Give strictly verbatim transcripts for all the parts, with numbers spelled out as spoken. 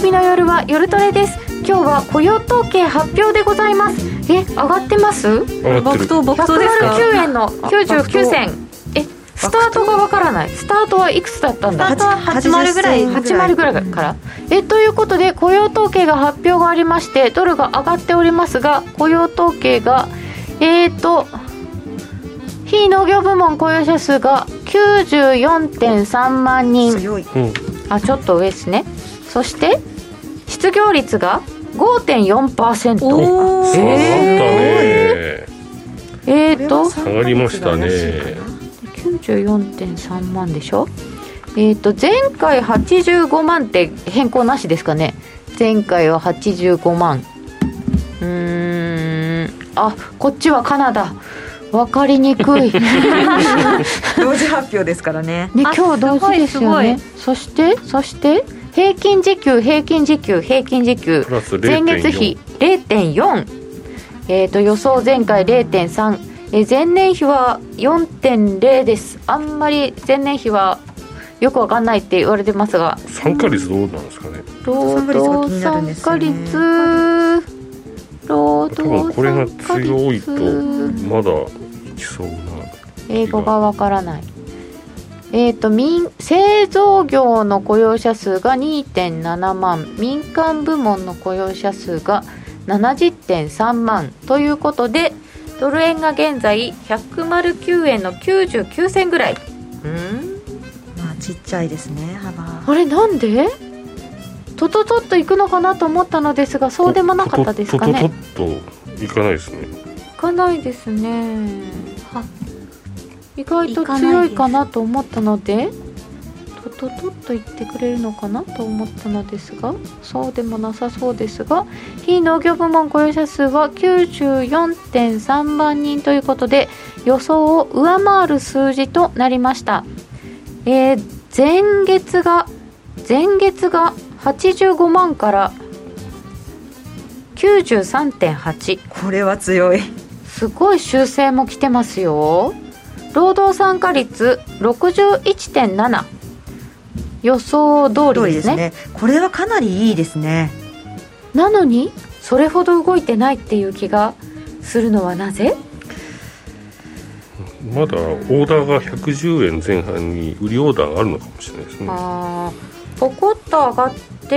日の夜は夜トレです。今日は雇用統計発表でございます。え、上がってます？ 上がってる。 ひゃくきゅうえんのきゅうじゅうきゅうせん。え、スタートがわからない。スタートはいくつだったんだ？ スタートははちじゅうぐらいはちじゅうぐらいからえということで雇用統計が発表がありまして、ドルが上がっておりますが、雇用統計がえーと非農業部門雇用者数が きゅうじゅうよんてんさんまんにん。 強い。 あ、ちょっと上ですね。そして失業率が ごてんよんパーセント。 おー、下がったね。 えーと下がりましたね。 きゅうじゅうよんてんさんまんでしょ。えーと前回はちじゅうごまんって変更なしですかね。前回ははちじゅうごまん。うーん、あ、こっちはカナダ。分かりにくい同時発表ですからね。 ね、今日同時ですよね。そしてそして平均時給平均時給平均時給前月比 れいてんよん、えーと予想前回 れいてんさん、えー、前年比は よんてんゼロ です。あんまり前年比はよくわかんないって言われてますが、 参加率どうなんですかね。 労働参加率、労働参加率、 多分これが強いとまだいきそうな。 英語がわからない。えーと民製造業の雇用者数が にてんななまん、民間部門の雇用者数が ななじゅってんさんまんということで、ドル円が現在ひゃくきゅうえんのきゅうじゅうきゅうせんぐらい。うん、 まあちっちゃいですね、幅。 あれ、なんでトトトッといくのかなと思ったのですが、そうでもなかったですかね。 トトトッといかないですね。 いかないですね。は、意外と強いかなと思ったので、トトトッと言ってくれるのかなと思ったのですが、そうでもなさそうですが、非農業部門雇用者数は きゅうじゅうよんてんさんまんにんということで、予想を上回る数字となりました。えー、前月が前月がはちじゅうごまんからきゅうじゅうさんてんはち。 これは強い。 すごい修正も来てますよ。労働参加率 ろくじゅういってんなな、予想通りですね。 ですね。これはかなりいいですね。 なのにそれほど動いてないっていう気がするのはなぜ？ まだオーダーがひゃくじゅうえんぜん半に売りオーダーがあるのかもしれないですね。 あ、ポコッと上がって、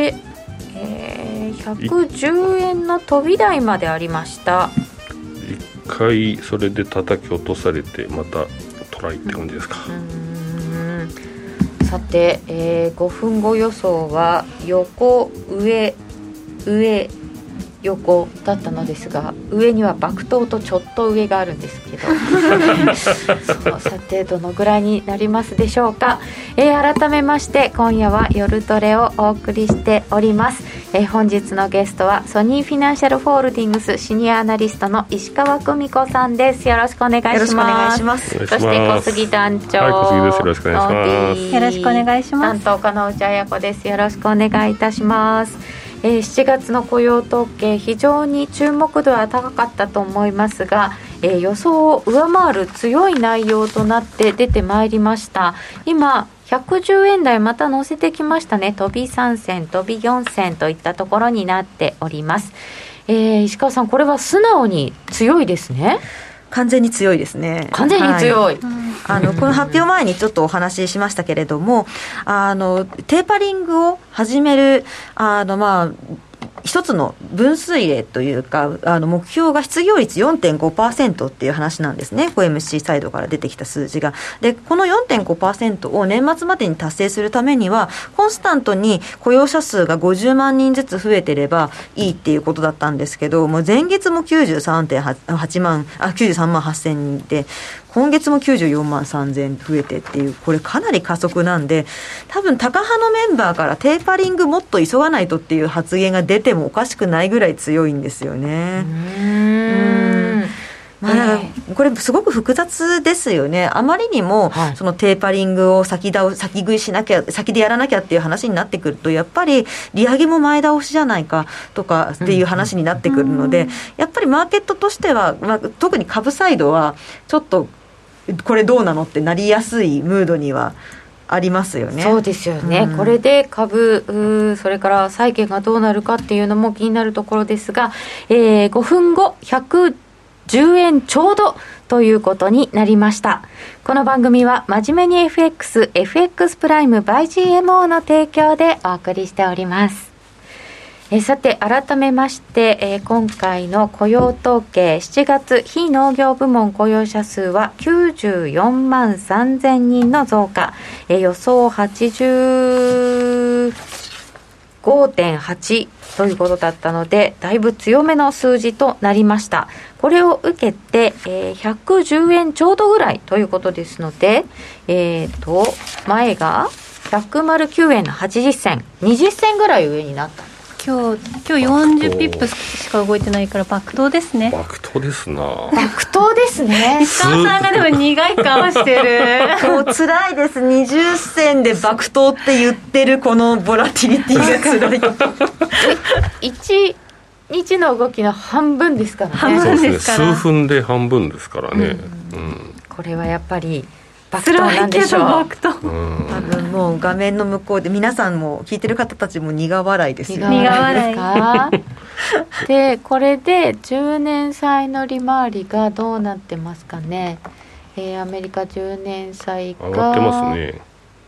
えー、ひゃくじゅうえんの飛び台までありました。 一回それで叩き落とされてまたトライって感じですか。 うーん、さて、えー、ごふんご予想は横上上横だったのですが、上には爆投とちょっと上があるんですけどそう、さてどのぐらいになりますでしょうか。えー、改めまして今夜は夜トレをお送りしております。えー、本日のゲストはソニーフィナンシャルホールディングスシニアアナリストの石川久美子さんです。よろしくお願いします。 よろしくお願いします。 そして小杉団長、 はい、小杉です。よろしくお願いします。 よろしくお願いします。 担当家の内彩子です。よろしくお願いいたします。えー、しちがつの雇用統計、非常に注目度は高かったと思いますが、えー、予想を上回る強い内容となって出てまいりました。今ひゃくじゅうえん台また乗せてきましたね。飛びさんせん飛びよんせんといったところになっております。えー、石川さん、これは素直に強いですね。 完全に強いですね。 完全に強い、はい、 あのこの発表前にちょっとお話ししましたけれども、あのテーパリングを始めるあのまあ一つの分水嶺というか、あの目標が失業率 よんてんごパーセント っていう話なんですね。 オーエムシー サイドから出てきた数字が。でこの よんてんごパーセント を年末までに達成するためには、コンスタントに雇用者数がごじゅうまんにんずつ増えてればいいっていうことだったんですけど、もう前月も きゅうじゅうさんてんはちまんあきゅうじゅうさんまんはっせんにんで、今月もきゅうじゅうよんまんさんぜん増えてっていう、これかなり加速なんで、多分タカ派のメンバーからテーパリングもっと急がないとっていう発言が出てもおかしくないぐらい強いんですよね。 うーん、 まあ、これすごく複雑ですよね。あまりにもそのテーパリングを先倒先食いしなきゃ、先でやらなきゃっていう話になってくると、やっぱり利上げも前倒しじゃないかとかっていう話になってくるので、やっぱりマーケットとしては、まあ、特に株サイドはちょっとこれどうなのってなりやすいムードにはありますよね。 そうですよね、うん、これで株それから債券がどうなるかっていうのも気になるところですが、えー、ごふんごひゃくじゅうえんちょうどということになりました。この番組は真面目に エフエックス エフエックス プライム by ジーエムオー の提供でお送りしております。えさて改めまして、えー、今回の雇用統計しちがつ非農業部門雇用者数はきゅうじゅうよんまんさんぜんにんの増加、えー、予想はちじゅうごてんはち ということだったのでだいぶ強めの数字となりました。これを受けて、えー、ひゃくじゅうえんちょうどぐらいということですので、えー、と前がひゃくきゅうえんのはちじゅっせんにじゅっせんぐらい上になった。 今日、今日よんじゅうピップしか動いてないから爆投ですね。 爆投ですな。 爆投ですね。 石川さんがでも苦い顔してる。 もう辛いです。にじゅっせんで爆投って言ってるこのボラティリティが辛い。 いちにちの動きの半分ですからね。 半分ですから。 そうですね、数分で半分ですからね、うんうん、 これはやっぱり爆投なんでしょう。 爆投、 うん、多分もう画面の向こうで皆さんも聞いてる方たちも苦笑いですよ。 苦笑いですか。でこれでじゅうねん債の利回りがどうなってますかね。えー、アメリカじゅうねん債が上がってますね。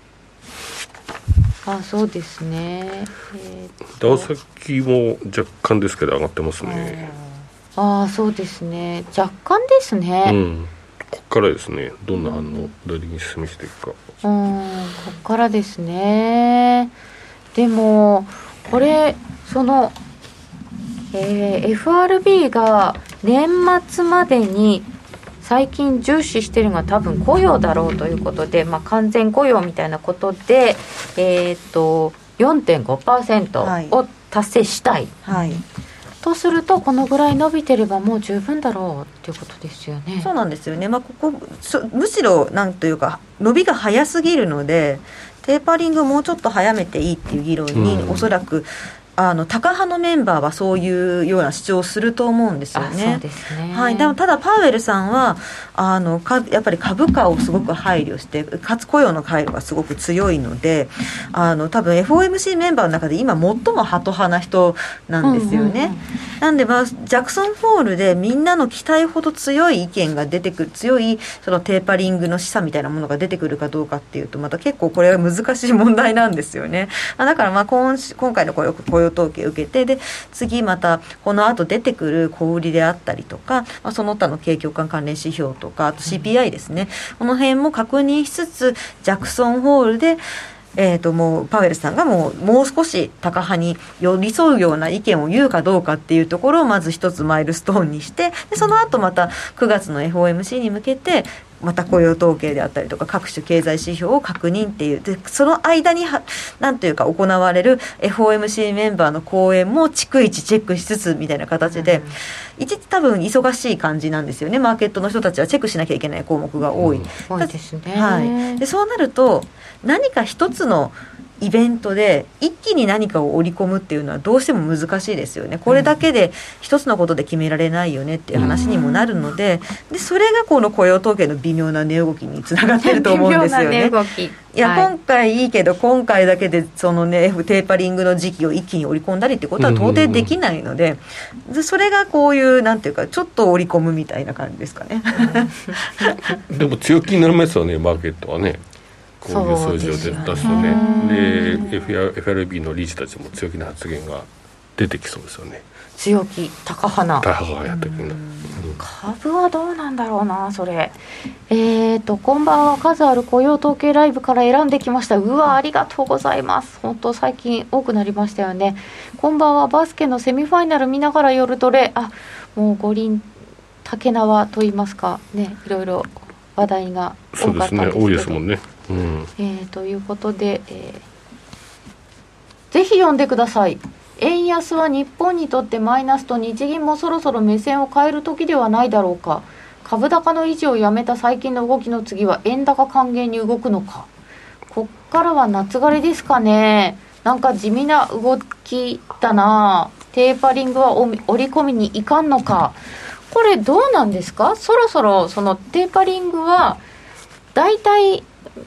あ、そうですね、えー、 ダウ先も若干ですけど上がってますね。 ああ、そうですね、若干ですね、 うん、ここからですね、どんな反応どれに示していくか、 うん、ここからですね。でもこれその、えー、エフアールビー が年末までに最近重視しているのが多分雇用だろうということで、まあ、完全雇用みたいなことで、えー、と よんてんごパーセント を達成したい、はい、とするとこのぐらい伸びてればもう十分だろうということですよね。 そうなんですよね、まあ、ここむしろなんというか伸びが早すぎるのでテーパリングをもうちょっと早めていいっていう議論に、うん、おそらくあのタカ派のメンバーはそういうような主張をすると思うんですよね。 あ、そうですね、 はい、でもただパウエルさんはあのかやっぱり株価をすごく配慮してかつ雇用の配慮がすごく強いのであの多分 エフオーエムシー メンバーの中で今最もハト派な人なんですよね、うんうんうん、なんで、まあ、ジャクソンホールでみんなの期待ほど強い意見が出てくる強いそのテーパリングの示唆みたいなものが出てくるかどうかっていうとまた結構これは難しい問題なんですよね。だからまあ 今, 今回の雇用雇用統計を受けてで次またこの後出てくる小売りであったりとか、まあ、その他の景況感関連指標とかあと シーピーアイ ですね、うん、この辺も確認しつつジャクソンホールでえー、ともうパウエルさんがもう、もう少しタカ派に寄り添うような意見を言うかどうかっていうところをまず一つマイルストーンにしてでその後またくがつの エフオーエムシー に向けてまた雇用統計であったりとか各種経済指標を確認っていうでその間にはなんというか行われる エフオーエムシー メンバーの講演も逐一チェックしつつみたいな形で、うん、一多分忙しい感じなんですよね。マーケットの人たちはチェックしなきゃいけない項目が多い、うん、 多いですね、 はい、でそうなると何か一つのイベントで一気に何かを織り込むっていうのはどうしても難しいですよね。これだけで一つのことで決められないよねっていう話にもなるので、うん、でそれがこの雇用統計の微妙な値動きにつながってると思うんですよね。 微妙な値動き、 いや、はい、今回いいけど今回だけでそのねテーパリングの時期を一気に織り込んだりってことは到底できないので、うんうん、それがこういうなんていうかちょっと織り込むみたいな感じですかね。 でも強気になりますよねマーケットはね。こういう数字を出すとね。で エフアールビー の理事たちも強気な発言が出てきそうですよね。 強気タカ派なタカ派やってくる、うん、 株はどうなんだろうなそれ。えーとこんばんは。数ある雇用統計ライブから選んできました。うわありがとうございます。本当最近多くなりましたよね。こんばんは。バスケのセミファイナル見ながら夜トレあもう五輪竹縄といいますかねいろいろ話題が多かったんですけど。そうですね多いですもんね。うん、えー、ということで、えー、ぜひ読んでください。円安は日本にとってマイナスと日銀もそろそろ目線を変える時ではないだろうか。株高の維持をやめた最近の動きの次は円高還元に動くのか。こっからは夏枯れですかね。なんか地味な動きだな。テーパリングは織り込みにいかんのか。これどうなんですか。そろそろそのテーパリングはだいたい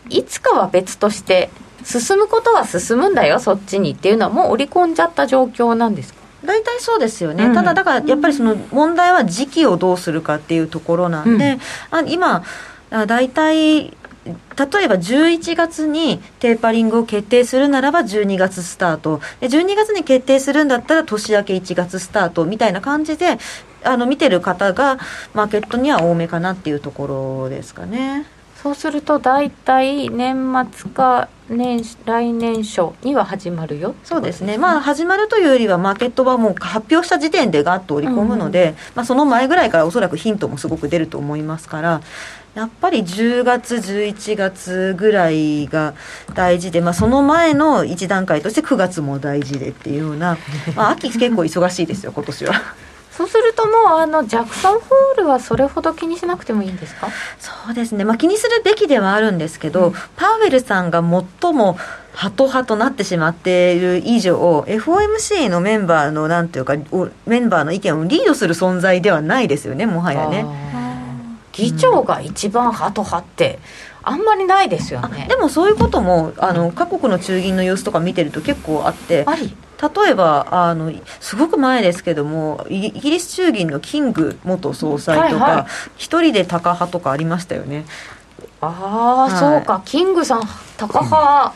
いつかは別として進むことは進むんだよそっちにっていうのはもう織り込んじゃった状況なんですか？ 大体そうですよね、 うん、 ただだからやっぱりその問題は時期をどうするかっていうところなんで、うん、あ今大体例えばじゅういちがつにテーパリングを決定するならばじゅうにがつスタートで、じゅうにがつに決定するんだったら年明けいちがつスタートみたいな感じであの見てる方がマーケットには多めかなっていうところですかね。 そうすると大体年末か年来年初には始まるよ。 そうですね、まあ、始まるというよりはマーケットはもう発表した時点でガッと織り込むので、うんまあ、その前ぐらいからおそらくヒントもすごく出ると思いますから、やっぱりじゅうがつじゅういちがつぐらいが大事で、まあ、その前の一段階としてくがつも大事でっていうような、まあ、秋結構忙しいですよ今年は。 そうするともうあのジャクソンホールはそれほど気にしなくてもいいんですか？ そうですね、まあ、気にするべきではあるんですけど、うん、パウエルさんが最もハト派となってしまっている以上 エフオーエムシー のメンバーのなんていうかメンバーの意見をリードする存在ではないですよね、もはやね。 議長が一番ハト派ってあんまりないですよね。 でもそういうこともあの各国の中銀の様子とか見てると結構あって、 あり例えばあのすごく前ですけどもイギリス中銀のキング元総裁とか、はいはい、一人でタカ派とかありましたよね。 ああ、はい、そうか、キングさんタカ派、はい、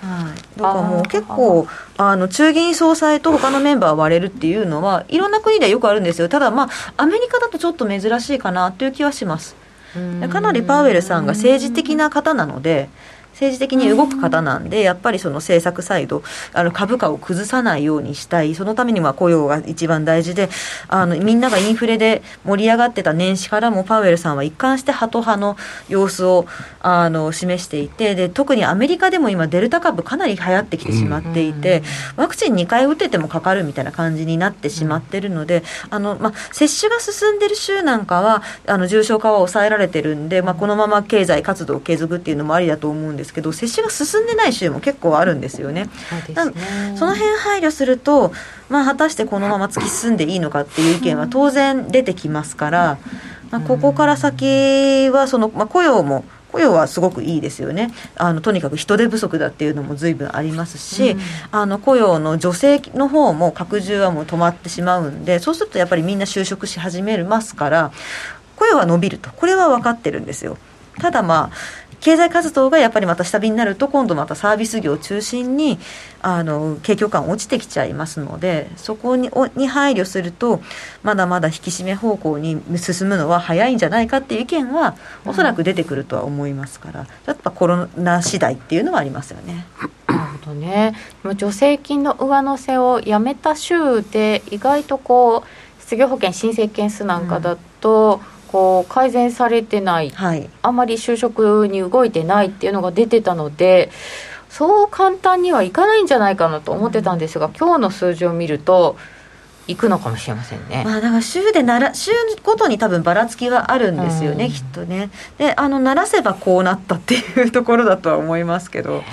だからもう結構あの中銀総裁と他のメンバー割れるっていうのはいろんな国ではよくあるんですよ。ただまあアメリカだとちょっと珍しいかなという気はします。かなりパウエルさんが政治的な方なので、政治的に動く方なんで、やっぱりその政策サイドあの株価を崩さないようにしたい、そのためには雇用が一番大事で、あのみんながインフレで盛り上がってた年始からもパウエルさんは一貫してハト派の様子をあの示していて、で特にアメリカでも今デルタ株かなり流行ってきてしまっていて、うん、ワクチンにかい打ててもかかるみたいな感じになってしまってるので、あの、ま、接種が進んでる州なんかはあの重症化は抑えられてるんで、ま、このまま経済活動を継続っていうのもありだと思うんですけど、接種が進んでない州も結構あるんですよね。 そうですね。 その辺配慮すると、まあ、果たしてこのまま突き進んでいいのかっていう意見は当然出てきますから、まあ、ここから先はその、まあ、雇用も雇用はすごくいいですよね。あのとにかく人手不足だっていうのも随分ありますし、うん、あの雇用の女性の方も拡充はもう止まってしまうんで、そうするとやっぱりみんな就職し始めますから雇用は伸びると、これは分かってるんですよ。ただまあ経済活動がやっぱりまた下火になると、今度またサービス業を中心にあの景況感落ちてきちゃいますので、そこにに配慮するとまだまだ引き締め方向に進むのは早いんじゃないかっていう意見はおそらく出てくるとは思いますから、うん、やっぱコロナ次第っていうのはありますよね。 なるほどね。助成金の上乗せをやめた州で意外とこう失業保険申請件数なんかだと、うんこう改善されてない、はい、あんまり就職に動いてないっていうのが出てたので、そう簡単にはいかないんじゃないかなと思ってたんですが、うん、今日の数字を見るといくのかもしれませんね。 まあ、だから週でなら週ごとに多分ばらつきはあるんですよね、うん、きっとね。であのならせばこうなったっていうところだとは思いますけど、はい、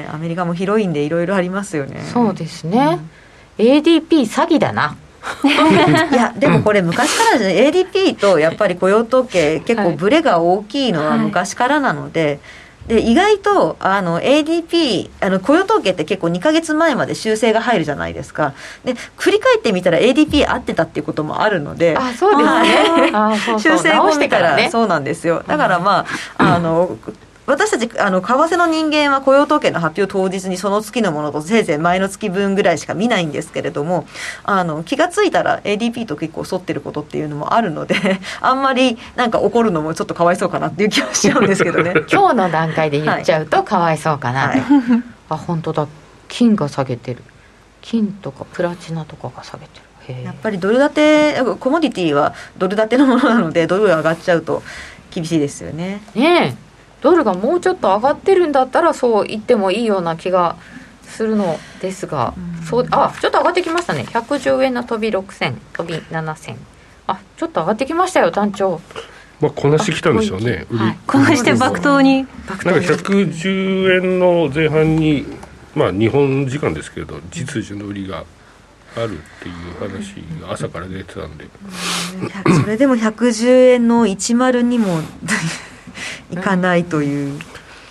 アメリカも広いんでいろいろありますよね。 そうですね、うん、エーディーピー 詐欺だな。 いやでもこれ昔からですね、エーディーピー とやっぱり雇用統計結構ブレが大きいのは昔からなので、はい、で意外とあの エーディーピー あの雇用統計って結構にかげつまえまで修正が入るじゃないですか。で振り返ってみたら エーディーピー 合ってたっていうこともあるので、 あそうですねあそうそう修正後見たら、ね、そうなんですよ。だからまあ、あの私たちあの為替の人間は雇用統計の発表当日にその月のものとせいぜい前の月分ぐらいしか見ないんですけれども、あの気がついたら エーディーピー と結構沿ってることっていうのもあるのであんまりなんか怒るのもちょっとかわいそうかなっていう気はしちゃうんですけどね今日の段階で言っちゃうとかわいそうかな、はい、あ本当だ、金が下げてる、金とかプラチナとかが下げてる。へやっぱりドル建てコモディティはドル建てのものなので、ドルが上がっちゃうと厳しいですよね。 ねえドルがもうちょっと上がってるんだったらそう言ってもいいような気がするのですが、うん、そうあちょっと上がってきましたね。ひゃくじゅうえんの飛びろくせん、飛びななせん、あちょっと上がってきましたよ単調。 まあ、こなしてきたんでしょうね。 はい、こなして爆投になんかひゃくじゅうえんの前半に、まあ、日本時間ですけど実需の売りがあるっていう話が朝から出てたんで、 うん、それでもひゃくじゅうえんのじゅうにもいかないという、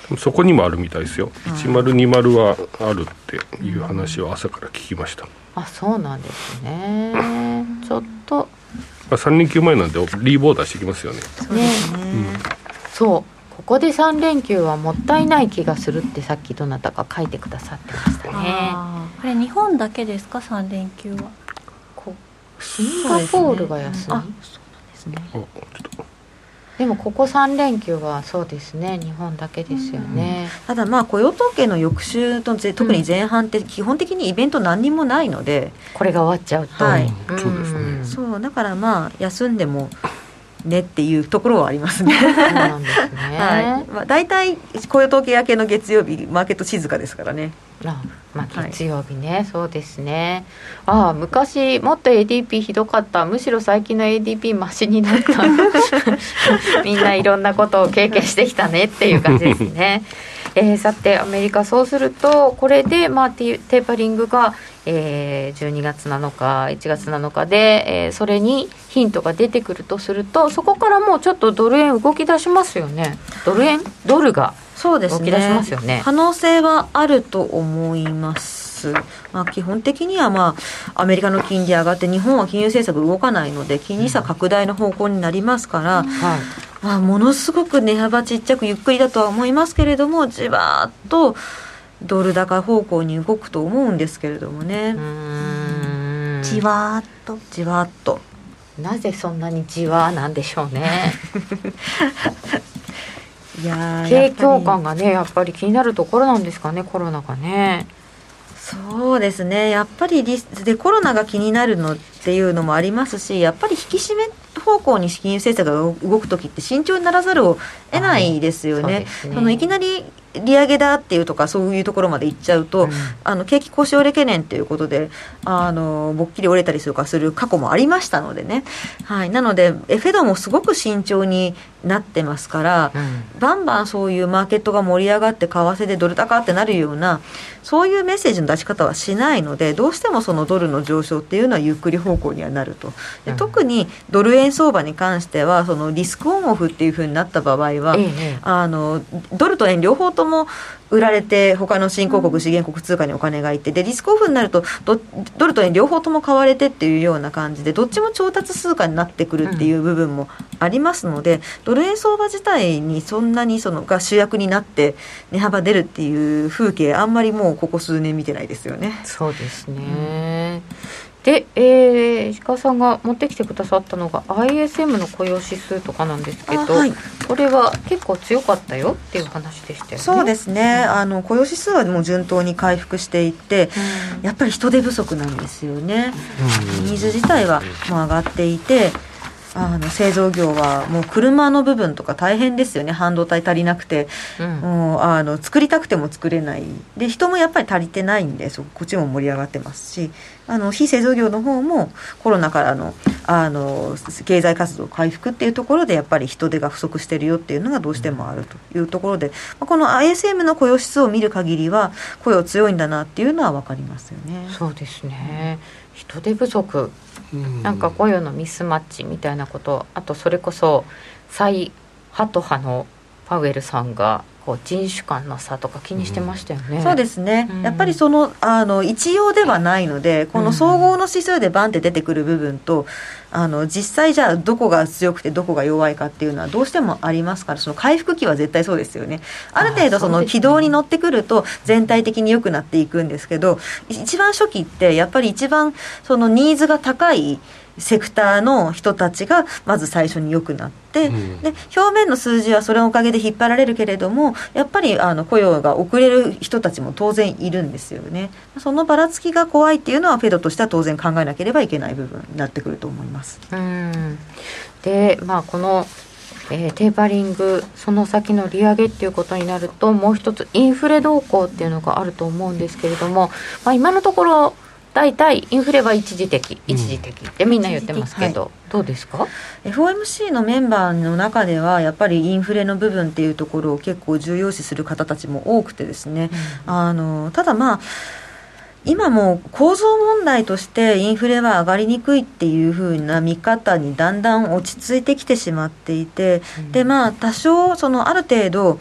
そこにもあるみたいですよ。いちまるにまるはあるっていう話を朝から聞きました。 あ、そうなんですね。ちょっとさん連休前なんでリーボーダーしてきますよね。 そうですね、 うん、 そうここでさん連休はもったいない気がするってさっきどなたか書いてくださってましたね。 これ日本だけですか、さん連休は。 こシンガポールが休み、 あ、そうなんですね。 あちょっとでもここさん連休はそうですね、日本だけですよね。 ただまあ雇用統計の翌週と特に前半って基本的にイベント何にもないので、 これが終わっちゃうと、 はい、 そうですね。 そうだからまあ休んでもねっていうところはありますね。 そうなんですね。 はい、まあ、大体雇用統計明けの月曜日マーケット静かですからね。 あ、まあ、月曜日ね、はい、そうですね。ああ、昔もっと エーディーピー ひどかった、むしろ最近の エーディーピー マシになったみんないろんなことを経験してきたねっていう感じですね。えー、さてアメリカ、そうするとこれで、まあ、テ, テーパリングが、えー、じゅうにがつなのかいちがつなのかで、えー、それにヒントが出てくるとすると、そこからもうちょっとドル円動き出しますよね。ドル円ドルがそうですね、 動き出しますよね。 可能性はあると思います。まあ、基本的には、まあ、アメリカの金利上がって日本は金融政策動かないので金利差拡大の方向になりますから、うん、はい、まあ、ものすごく値幅ちっちゃくゆっくりだとは思いますけれども、じわーっとドル高方向に動くと思うんですけれどもね。 うーん、 じわーっとじわーっと、 なぜそんなにじわーなんでしょうね。 いや景況感がねやっぱり気になるところなんですかね、コロナがね。 そうですね、やっぱりリスでコロナが気になるのっていうのもありますし、やっぱり引き締め方向に金融政策が動くときって慎重にならざるを得ないですよね。はい、そね、そのいきなり利上げだっていうとかそういうところまで行っちゃうと、うん、あの景気腰折れ懸念ということであのぼっきり折れたりするかする過去もありましたのでね、はい、なのでフェドもすごく慎重になってますから、うん、バンバンそういうマーケットが盛り上がって為替でドル高ってなるようなそういうメッセージの出し方はしないので、どうしてもそのドルの上昇っていうのはゆっくり方向にはなると。で、特にドル円相場に関してはそのリスクオンオフっていう風になった場合は、ええ、あのドルと円両方とも売られて他の新興国資源国通貨にお金がいて、でリスクオフになると ド, ドルと円両方とも買われてっていうような感じでどっちも調達通貨になってくるっていう部分もありますので、うん、ドル円相場自体にそんなにそのが主役になって値幅出るっていう風景あんまりもうここ数年見てないですよね。 そうですね、うん、で、えー、石川さんが持ってきてくださったのが アイエスエム の雇用指数とかなんですけど、はい、これは結構強かったよっていう話でしたよね。 そうですね、うん、あの雇用指数はもう順当に回復していて、うん、やっぱり人手不足なんですよね。うん、ニーズ自体はもう上がっていて、あの製造業はもう車の部分とか大変ですよね。半導体足りなくて、うん、もうあの作りたくても作れないで、人もやっぱり足りてないんで、そこっちも盛り上がってますし、あの非製造業の方もコロナからの、あの経済活動回復っていうところでやっぱり人手が不足してるよっていうのがどうしてもあるというところで、この アイエスエム の雇用指数を見る限りは雇用強いんだなっていうのは分かりますよね。 そうですね、人手不足、なんか雇用のミスマッチみたいなこと、あとそれこそ最ハト派のパウエルさんがこう人種間の差とか気にしてましたよね。 うん、そうですね、うん、やっぱりその、あの一様ではないので、この総合の指数でバンって出てくる部分と、あの実際じゃあどこが強くてどこが弱いかっていうのはどうしてもありますから、その回復期は絶対そうですよね。ある程度その軌道に乗ってくると全体的に良くなっていくんですけど、一番初期ってやっぱり一番そのニーズが高いセクターの人たちがまず最初に良くなって、うん、で表面の数字はそれのおかげで引っ張られるけれども、やっぱりあの雇用が遅れる人たちも当然いるんですよね。そのばらつきが怖いっていうのはフェドとしては当然考えなければいけない部分になってくると思います。 うん、で、まあ、このえー、テーパリング、その先の利上げっていうことになると、もう一つインフレ動向っていうのがあると思うんですけれども、まあ、今のところ大体インフレは一時的一時的ってみんな言ってますけど、はい、どうですか？ エフオーエムシー のメンバーの中ではやっぱりインフレの部分っていうところを結構重要視する方たちも多くてですね、うん、あのただまあ今も構造問題としてインフレは上がりにくいっていう風な見方にだんだん落ち着いてきてしまっていて、うん、でまあ多少そのある程度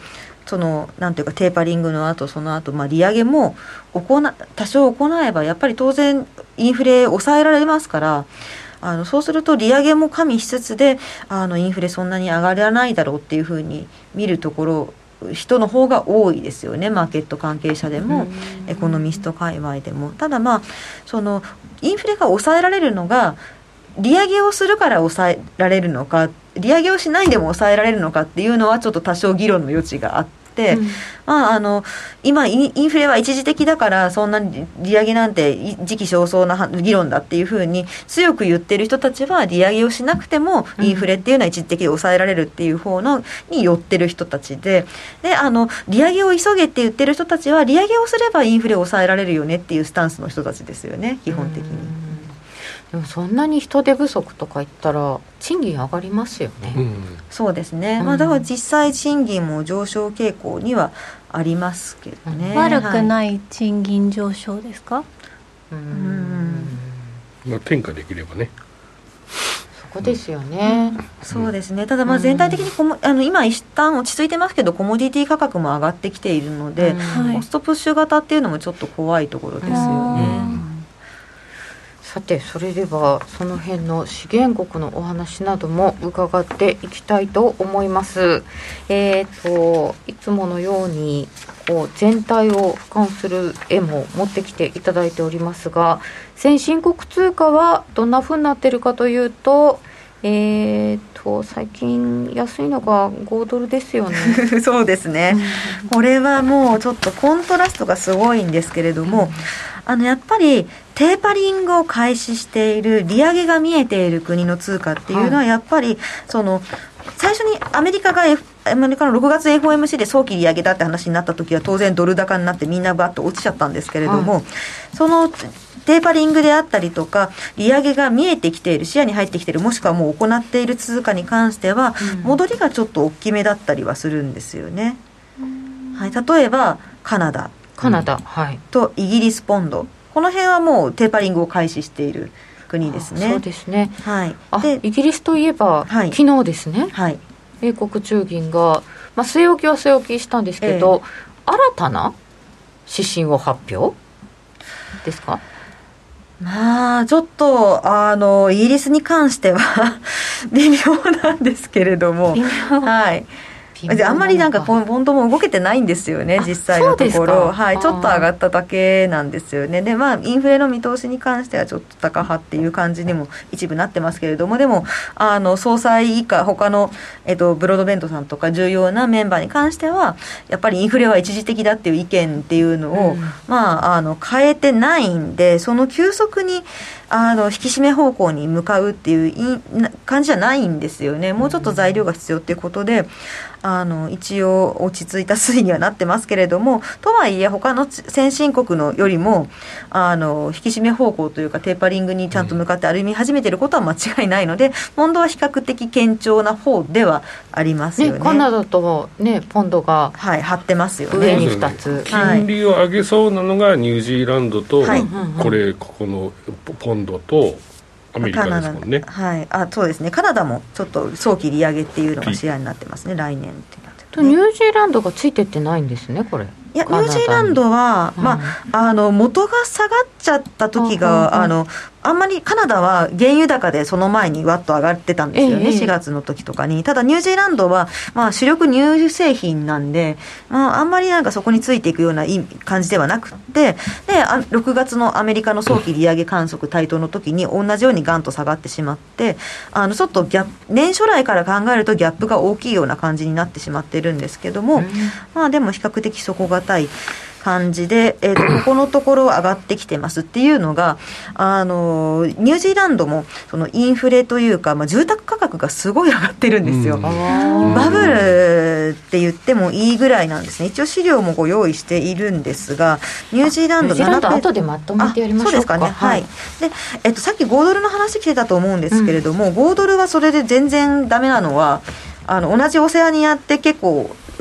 そのなんていうかテーパリングの後その後、まあ利上げも行多少行えばやっぱり当然インフレ抑えられますから、あのそうすると利上げも加味しつつであのインフレそんなに上がらないだろうっていうふうに見るところ人の方が多いですよね。マーケット関係者でもエコノミスト界隈でも。ただまあそのインフレが抑えられるのが利上げをするから抑えられるのか、利上げをしないでも抑えられるのかっていうのはちょっと多少議論の余地があって、うん、まあ、あの今インフレは一時的だからそんなに利上げなんて時期尚早な議論だっていうふうに強く言ってる人たちは利上げをしなくてもインフレっていうのは一時的で抑えられるっていう方のに寄ってる人たちで、であの利上げを急げって言ってる人たちは利上げをすればインフレを抑えられるよねっていうスタンスの人たちですよね、基本的に。 でもそんなに人手不足とか言ったら賃金上がりますよね、うん、 そうですね、うん、まあ、だから実際賃金も上昇傾向にはありますけどね、 うん、悪くない賃金上昇ですか？ うん、 まあ、転嫁できればね、 そこですよね、 うん、そうですね。ただまあ全体的にコモ、あの今一旦落ち着いてますけどコモディティ価格も上がってきているので、うん、コストプッシュ型っていうのもちょっと怖いところですよね、うん。 さてそれではその辺の資源国のお話なども伺っていきたいと思います。えーといつものようにこう全体を俯瞰する絵も持ってきていただいておりますが、先進国通貨はどんな風になっているかというと、えーと最近安いのがごドルですよねそうですね、これはもうちょっとコントラストがすごいんですけれども、うん、あのやっぱりテーパリングを開始している利上げが見えている国の通貨っていうのはやっぱりその最初にアメリカが、F、アメリカのろくがつ エフオーエムシー で早期利上げだって話になった時は当然ドル高になってみんなバッと落ちちゃったんですけれども、はい、そのテーパリングであったりとか利上げが見えてきている、視野に入ってきている、もしくはもう行っている通貨に関しては、うん、戻りがちょっと大きめだったりはするんですよね、はい、例えばカナダカナダ、はい、 とイギリスポンド、この辺はもうテーパリングを開始している国ですね。 そうですね、 はい、 あでイギリスといえば、はい、昨日ですね、はい、米国中銀が、まあ、据え置きは据え置きしたんですけど、えー、新たな指針を発表ですか？ まあちょっとあのイギリスに関しては微妙なんですけれども、はい、あんまりなんかポンドも動けてないんですよね、実際のところ、はい、ちょっと上がっただけなんですよね。で、まあインフレの見通しに関してはちょっと高派っていう感じにも一部なってますけれども、でもあの総裁以下他の、えっと、ブロードベントさんとか重要なメンバーに関してはやっぱりインフレは一時的だっていう意見っていうのを、うん、まああの変えてないんで、その急速にあの引き締め方向に向かうっていう感じじゃないんですよね。もうちょっと材料が必要っていうことで、あの一応落ち着いた推移にはなってますけれども、とはいえ他の先進国のよりもあの引き締め方向というかテーパリングにちゃんと向かって歩み始めていることは間違いないので、ポンドは比較的堅調な方ではありますよね。 ね、カナダと、ね、ポンドが、 はい、張ってますよね。 上にふたつ、 金利を上げそうなのがニュージーランドと、はい、これここのポンドとアメリカですもんね。 はい、あ、そうですね。カナダもちょっと早期利上げっていうのが視野になってますね、来年ってなってる、ね、ニュージーランドがついてってないんですね、これ。 いや、ニュージーランドは、うん、まあ、あの元が下がっちゃった時が、うんうんうん、あのあんまりカナダは原油高でその前にワッと上がってたんですよね、ええ、しがつの時とかに。ただニュージーランドは、まあ、主力乳油製品なんで、まあ、あんまりなんかそこについていくような感じではなくて、でろくがつのアメリカの早期利上げ観測対等の時に同じようにガンと下がってしまって、あのちょっとギャップ、年初来から考えるとギャップが大きいような感じになってしまってるんですけども、うん、まあでも比較的底堅い感じで、えー、とここのところ上がってきてますっていうのが、あのニュージーランドもそのインフレというか、まあ、住宅価格がすごい上がってるんですよ。バブルって言ってもいいぐらいなんですね。一応資料もご用意しているんですが、ニュージーランドニュージーランド後でまとめてやりましょうか。 そうですかね、はい、で、えー、とさっきごドルの話来てたと思うんですけれども、うん、ごドルはそれで全然ダメなのは、あの同じオセアニアって結構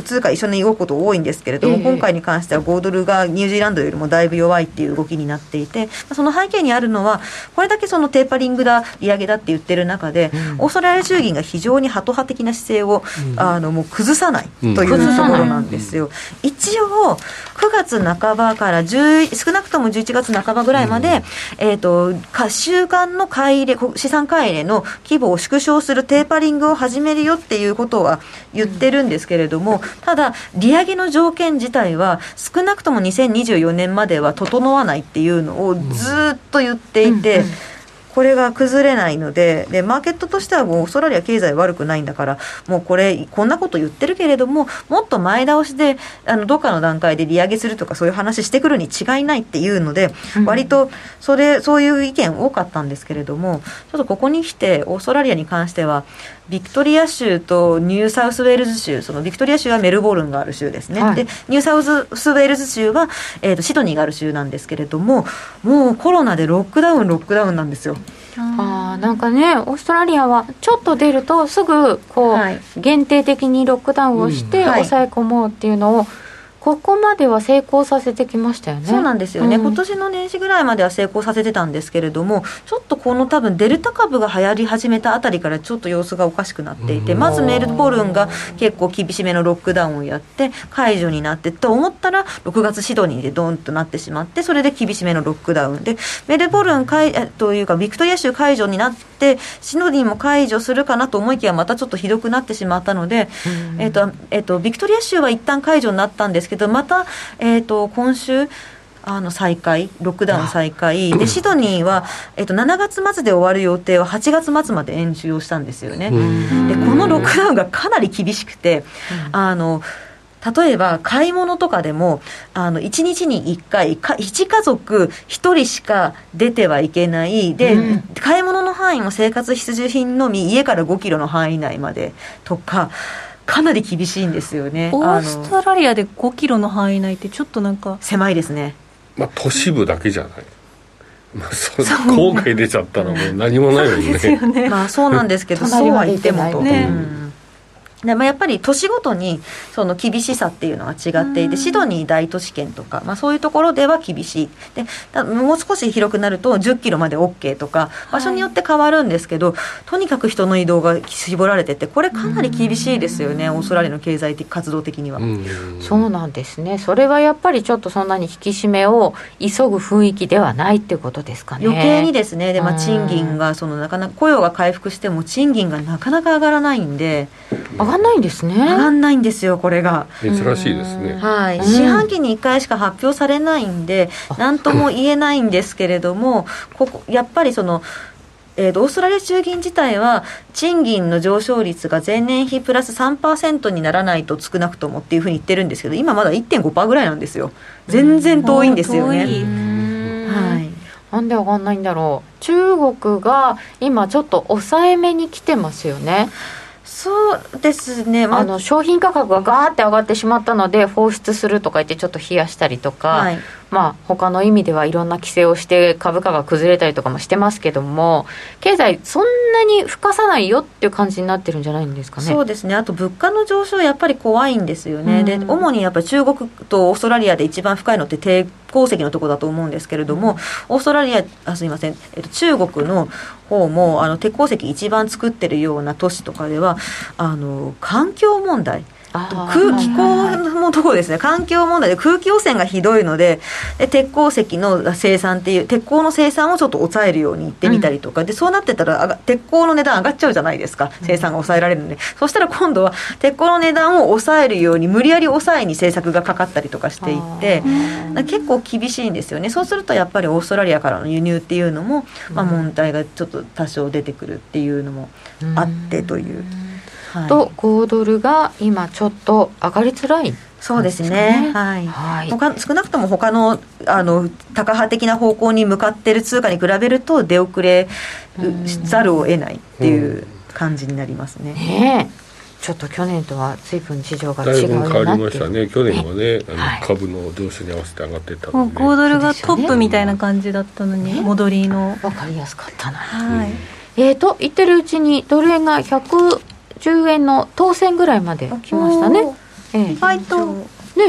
通貨一緒に動くこと多いんですけれども、えー、今回に関してはごドルがニュージーランドよりもだいぶ弱いっていう動きになっていて、その背景にあるのはこれだけそのテーパリングだ利上げだって言ってる中で、うん、オーストラリア中銀が非常にハト派的な姿勢を、うん、あのもう崩さないというところなんですよ、うん、一応くがつなかばからじゅう少なくともじゅういちがつなかばぐらいまで、うん、えーと週間の買い入れ資産買い入れの規模を縮小するテーパリングを始めるよっていうことは言ってるんですけれども、ただ利上げの条件自体は少なくともにせんにじゅうよねんまでは整わないっていうのをずっと言っていて、これが崩れないので、でマーケットとしてはもうオーストラリア経済悪くないんだから、もうこれこんなこと言ってるけれども、もっと前倒しであのどっかの段階で利上げするとかそういう話してくるに違いないっていうので、うん、割とそれそういう意見多かったんですけれども、ちょっとここに来てオーストラリアに関してはビクトリア州とニューサウスウェールズ州、そのビクトリア州はメルボルンがある州ですね、はい、でニューサウスウェールズ州は、えーと、シドニーがある州なんですけれども、もうコロナでロックダウンロックダウンなんですよ。 あなんかね、オーストラリアはちょっと出るとすぐこう、はい、限定的にロックダウンをして抑え込もうっていうのを、うんはい、ここまでは成功させてきましたよね。 そうなんですよね、うん、今年の年始ぐらいまでは成功させてたんですけれども、ちょっとこの多分デルタ株が流行り始めたあたりからちょっと様子がおかしくなっていて、まずメルボルンが結構厳しめのロックダウンをやって解除になってと思ったら、ろくがつシドニーでドーンとなってしまって、それで厳しめのロックダウンでメルボルン解というかビクトリア州解除になって、シドニーも解除するかなと思いきやまたちょっとひどくなってしまったので、えーとえーとビクトリア州は一旦解除になったんですけど、またえー、と今週あの再開ロックダウン再開で、シドニーは、えー、としちがつ末で終わる予定ははちがつ末まで延長したんですよね。でこのロックダウンがかなり厳しくて、あの例えば買い物とかでもあのいちにちにいっかいかいち家族ひとりしか出てはいけないで、うん、買い物の範囲も生活必需品のみ家からごキロの範囲内までとか、かなり厳しいんですよね。 オーストラリアでごキロの範囲内ってちょっとなんか狭いですね。 まあ、都市部だけじゃない、まあ、そう郊外出ちゃったらもう何もないもんね。 そうですよね。まあそうなんですけどそうは言ってもと、ね、うんでまあ、やっぱり都市ごとにその厳しさっていうのは違っていて、シドニー大都市圏とか、まあ、そういうところでは厳しいで、もう少し広くなるとじゅっキロまで OK とか場所によって変わるんですけど、はい、とにかく人の移動が絞られてて、これかなり厳しいですよね、オーストラリアの経済的活動的には。 うんそうなんですね。それはやっぱりちょっとそんなに引き締めを急ぐ雰囲気ではないっていうことですかね。 余計にですね。で、まあ、賃金がそのなかなか雇用が回復しても賃金がなかなか上がらないんで、 上がんないんですね。 上がんないんですよ、これが珍しいですね。 はい、四半期にいっかいしか発表されないんで何とも言えないんですけれども、ここやっぱりそのえー、とオーストラリア中銀自体は賃金の上昇率が前年比プラス さんパーセント にならないと少なくともっていうふうに言ってるんですけど、今まだ いってんごパーセント ぐらいなんですよ。全然遠いんですよね。 はい、なんで上がんないんだろう。中国が今ちょっと抑えめに来てますよね。 そうですね、まあ、 あの商品価格がガーって上がってしまったので放出するとか言ってちょっと冷やしたりとか、はい、まあ他の意味ではいろんな規制をして株価が崩れたりとかもしてますけども、経済そんなに吹かさないよっていう感じになってるんじゃないんですかね。 そうですね。あと物価の上昇やっぱり怖いんですよね。で主にやっぱり中国とオーストラリアで一番深いのって低鉱石のところだと思うんですけれども、うん、オーストラリアあすいません、えっと、中国の方もあの鉄鉱石一番作ってるような都市とかではあの環境問題、空気候のところですね、環境問題で空気汚染がひどいので、で鉄鉱石の生産っていう鉄鉱の生産をちょっと抑えるように言ってみたりとか、うん、でそうなってたら鉄鉱の値段上がっちゃうじゃないですか、生産が抑えられるので、うん、そしたら今度は鉄鉱の値段を抑えるように無理やり抑えに政策がかかったりとかしていって結構厳しいんですよね。そうするとやっぱりオーストラリアからの輸入っていうのも、まあ、問題がちょっと多少出てくるっていうのもあってという、 はい、とごドルが今ちょっと上がりづらい、ね、 そうですね、はいはい、他少なくとも他のあのタカ派的な方向に向かっている通貨に比べると出遅れざるを得ないっていう感じになりますね。 ねえ、ちょっと去年とは随分事情が違うようになって、だいぶ変わりましたね。去年はね、あの、はい、株の上昇に合わせて上がっていったので、ね、 ごドルがトップみたいな感じだったのに、ね、戻りの分かりやすかったな、はい、えーと言ってるうちにドル円がひゃくじゅうえんの当選ぐらいまで来ましたね。 ええ、 意外とね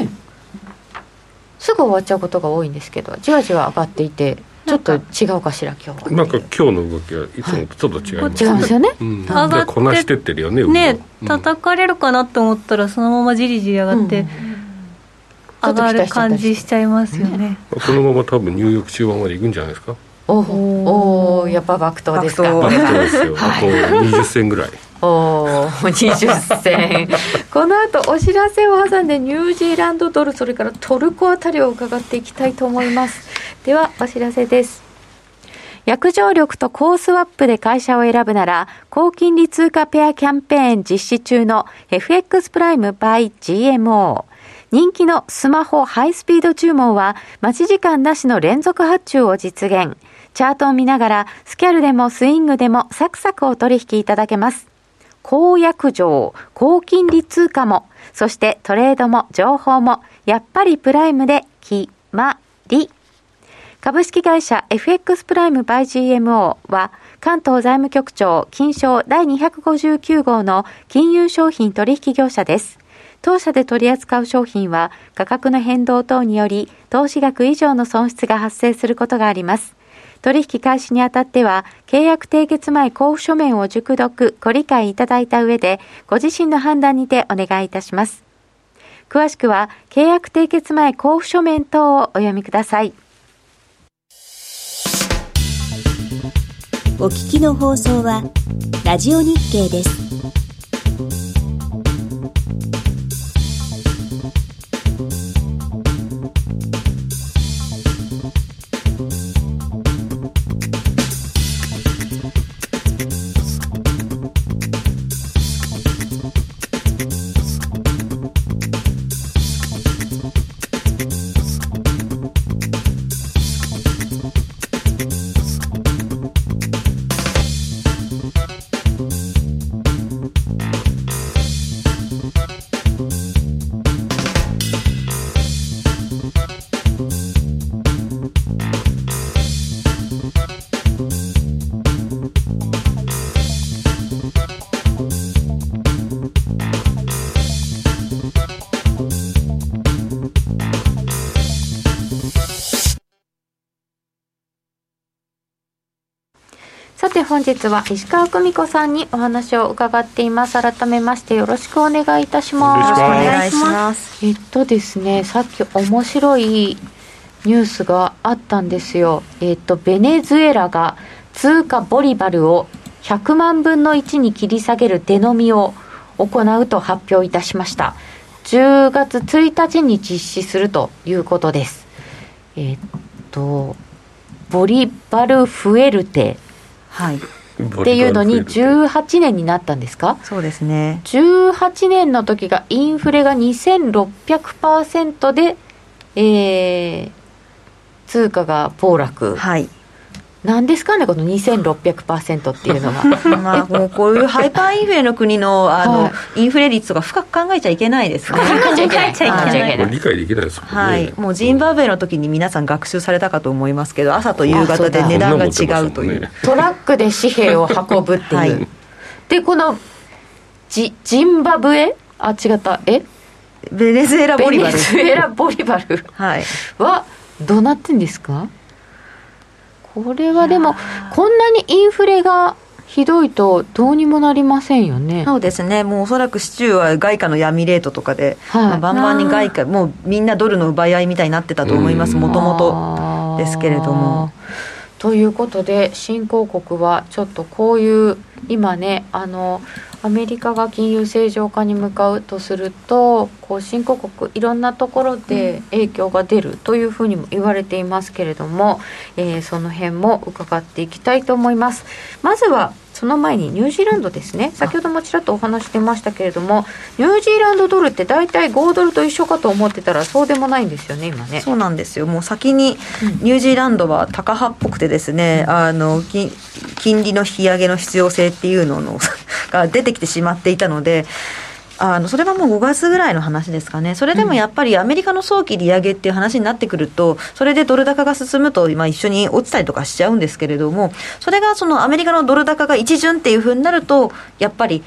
すぐ終わっちゃうことが多いんですけど、じわじわ上がっていてちょっと違うかしら今日は。 なんか今日の動きはいつもとちょっと違いますね、 はい、違いますよね、 うん、 上がってこなしてってるよねね、 うん、 叩かれるかなと思ったらそのままじりじり上がって、うん、上がる感じしちゃいますよね、ね、 このまま多分ニューヨーク中盤まで行くんじゃないですか。 おおお、やっぱ爆投ですか。 爆投ですよ、あとにじゅっ銭ぐらい。 おお、にじゅっ銭この後お知らせを挟んでニュージーランドドル、それからトルコあたりを伺っていきたいと思います。ではお知らせです。約定力とコースワップで会社を選ぶなら、高金利通貨ペアキャンペーン実施中の エフエックス プライム by ジーエムオー。人気のスマホハイスピード注文は待ち時間なしの連続発注を実現。チャートを見ながらスキャルでもスイングでもサクサクお取引いただけます。高約定、高金利通貨も、そしてトレードも情報もやっぱりプライムで決まり。株式会社 エフエックス プライム by ジーエムオー は関東財務局長金商だいにひゃくごじゅうきゅう号の金融商品取引業者です。当社で取り扱う商品は価格の変動等により投資額以上の損失が発生することがあります。取引開始にあたっては契約締結前交付書面を熟読ご理解いただいた上でご自身の判断にてお願いいたします。詳しくは契約締結前交付書面等をお読みください。 お聞きの放送はラジオ日経です。 さて本日は石川久美子さんにお話を伺っています。改めましてよろしくお願いいたします。 よろしくお願いします。 えっとですね、さっき面白いニュースがあったんですよ。えっとベネズエラが通貨ボリバルをひゃくまんぶんのいちに切り下げる出飲みを行うと発表いたしました。じゅうがつついたちに実施するということです。えっとボリバルフエルテ、はい、っていうのにじゅうはちねんになったんですか。 そうですね。 じゅうはちねんの時がインフレが にせんろっぴゃくパーセント で、えー、通貨が暴落、 はい、 なんですかねこの にせんろっぴゃくパーセント っていうのはまあもうこういうハイパーインフレの国の、 あの、はい、インフレ率とか深く考えちゃいけないですね。 考えちゃいけない考えちゃいけない、 理解できないですもんね。 はい、もうジンバブエの時に皆さん学習されたかと思いますけど、朝と夕方で値段が違うという、 トラックで紙幣を運ぶっていう、はい、でこの ジ, ジンバブエあ違ったえベネズエラボリバルベネズエラボリバルはいはどうなってんですか。これはでもこんなにインフレがひどいとどうにもなりませんよね。 そうですね。もうおそらく市中は外貨の闇レートとかで、はい、まあ、バンバンに外貨もうみんなドルの奪い合いみたいになってたと思いますもともとですけれども。 ということで新興国はちょっとこういう今ねあのアメリカが金融正常化に向かうとするとこう新興国いろんなところで影響が出るというふうにも言われていますけれども、えー、その辺も伺っていきたいと思います。まずはその前にニュージーランドですね。先ほどもちらっとお話してましたけれどもニュージーランドドルって大体ごドルと一緒かと思ってたらそうでもないんですよね今ね。 そうなんですよ。もう先にニュージーランドは高派っぽくてですね、うん、あの 金, 金利の引き上げの必要性っていうののが出てきてしまっていたので、あのそれはもうごがつぐらいの話ですかね。それでもやっぱりアメリカの早期利上げっていう話になってくるとそれでドル高が進むと、まあ、一緒に落ちたりとかしちゃうんですけれども、それがそのアメリカのドル高が一巡っていう風になるとやっぱり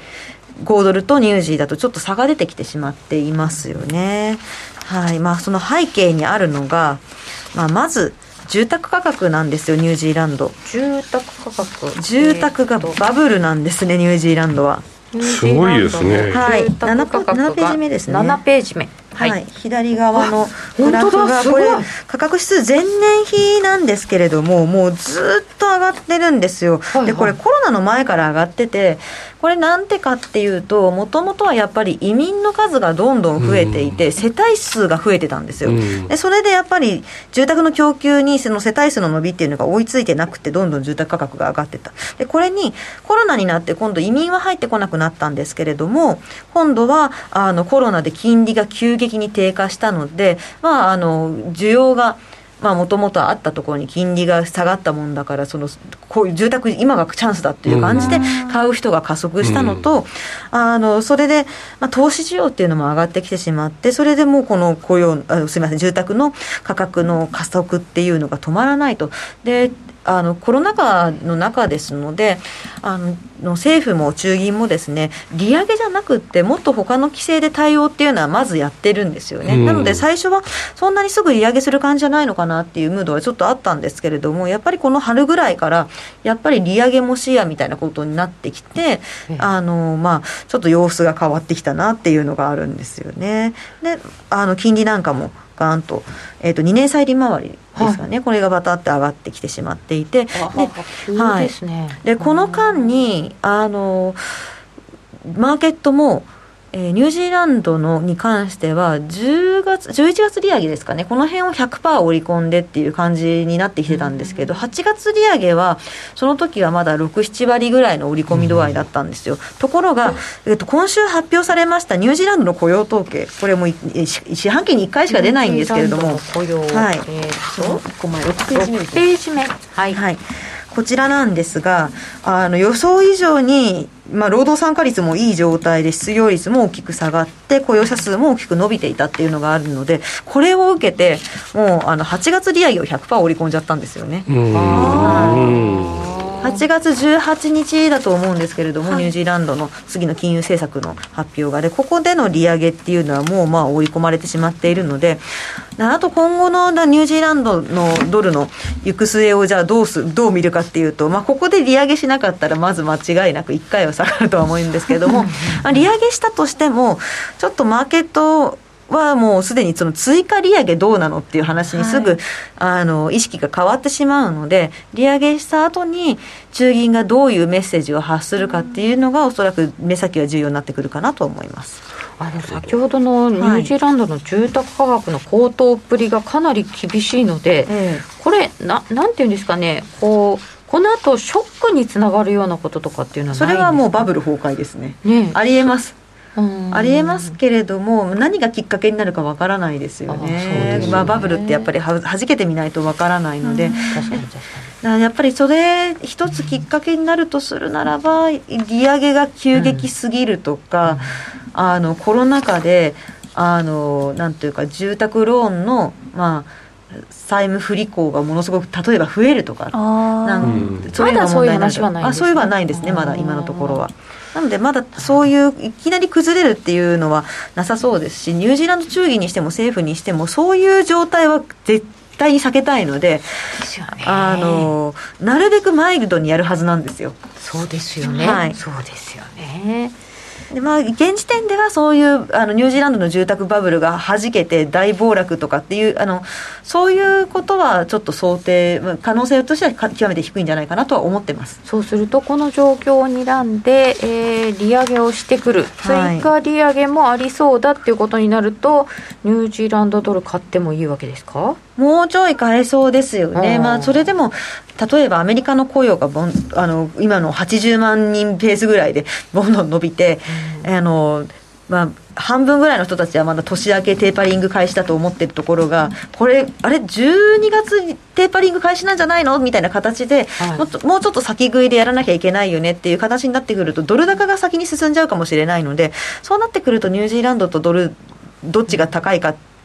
ごドルとニュージーだとちょっと差が出てきてしまっていますよね。はい、まあ、その背景にあるのが、まあ、まず住宅価格なんですよ、ニュージーランド。 住宅価格、 住宅がバブルなんですね、ニュージーランドは。 すごいですね。 はい、 住宅価格がななページ目ですね。 ななページ目、 はい、はい、左側のグラフがこれ価格指数前年比なんですけれども、もうずっと上がってるんですよ、はいはい、でこれコロナの前から上がってて、これなんてかっていうと、もともとはやっぱり移民の数がどんどん増えていて、うん、世帯数が増えてたんですよ、うん、でそれでやっぱり住宅の供給にその世帯数の伸びっていうのが追いついてなくて、どんどん住宅価格が上がってた。でこれにコロナになって今度移民は入ってこなくなったんですけれども、今度はあのコロナで金利が急激に低下したので、まあ、あの需要がもともとあったところに金利が下がったもんだから、そのこういう住宅今がチャンスだっていう感じで買う人が加速したのと、うん、あのそれで、まあ、投資需要っていうのも上がってきてしまって、それでもうこの雇用あすみません住宅の価格の加速っていうのが止まらないと。であのコロナ禍の中ですので、あの政府も中銀もですね、利上げじゃなくってもっと他の規制で対応っていうのはまずやってるんですよね、うん、なので最初はそんなにすぐ利上げする感じじゃないのかなっていうムードはちょっとあったんですけれども、やっぱりこの春ぐらいからやっぱり利上げも視野みたいなことになってきて、うん、あのまあ、ちょっと様子が変わってきたなっていうのがあるんですよね。であの金利なんかもガーンと、えーと、にねん債利回りですかね、はい、これがバタって上がってきてしまっていて、で、はい、でこの間にあのマーケットも、えー、ニュージーランドのに関してはじゅうがつじゅういちがつ利上げですかね、この辺を ひゃくパーセント 織り込んでっていう感じになってきてたんですけど、はちがつ利上げはその時はまだろく、なな割ぐらいの織り込み度合いだったんですよ。ところが、えっと、今週発表されましたニュージーランドの雇用統計、これも四半期にいっかいしか出ないんですけれども、雇用、はい、えー、といっこまえろくページ目です、ね、ろくページ目、はい、はい、こちらなんですが、あの予想以上に、まあ、労働参加率もいい状態で失業率も大きく下がって雇用者数も大きく伸びていたっていうのがあるので、これを受けてもうあのはちがつ利上げを ひゃくパーセント 織り込んじゃったんですよね。うーん、はちがつじゅうはちにちだと思うんですけれども、はい、ニュージーランドの次の金融政策の発表がで、ここでの利上げっていうのはもうまあ追い込まれてしまっているので、あと今後のニュージーランドのドルの行く末をじゃあどうすどう見るかっていうと、まあ、ここで利上げしなかったらまず間違いなくいっかいは下がるとは思うんですけれどもまあ利上げしたとしてもちょっとマーケットはもうすでにその追加利上げどうなのっていう話にすぐ、はい、あの意識が変わってしまうので、利上げした後に中銀がどういうメッセージを発するかっていうのがおそらく目先は重要になってくるかなと思います。 あの先ほどのニュージーランドの住宅価格の高騰っぷりがかなり厳しいので、はい、これ な, なんていうんですかね、こうこの後ショックにつながるようなこととかっていうのはないんですか？ それはもうバブル崩壊ですね、ね、ありえます。ありえますけれども、何がきっかけになるかわからないですよ ね, ね、まあ、バブルってやっぱりはじけてみないとわからないので、確かに確かにやっぱりそれ一つきっかけになるとするならば、利上げが急激すぎるとか、うん、あのコロナ禍であのなんていうか住宅ローンのまあ債務不履行がものすごく例えば増えるとか、なんそういうのが問題になる。まだそういう話はないんですね。あ、そういうのはないんですね、まだ今のところは。なのでまだそういういきなり崩れるっていうのはなさそうですし、ニュージーランド中銀にしても政府にしてもそういう状態は絶対に避けたいので、ですよね、あのなるべくマイルドにやるはずなんですよ。 そうですよね、はい、そうですよね。 でまあ、現時点ではそういうあのニュージーランドの住宅バブルがはじけて大暴落とかっていうあのそういうことはちょっと想定可能性としては極めて低いんじゃないかなとは思ってます。 そうするとこの状況を睨んで、えー、利上げをしてくる、追加利上げもありそうだっていうことになると、はい、ニュージーランドドル買ってもいいわけですか？ もうちょい買えそうですよね。まあ、それでも例えばアメリカの雇用がボンあの今のはちじゅうまんにんペースぐらいでどんどん伸びて、うん、あのまあ、半分ぐらいの人たちはまだ年明けテーパリング開始だと思ってるところが、これあれじゅうにがつにテーパリング開始なんじゃないのみたいな形で、はい、もっともうちょっと先食いでやらなきゃいけないよねっていう形になってくると、ドル高が先に進んじゃうかもしれないので、そうなってくるとニュージーランドとドルどっちが高いか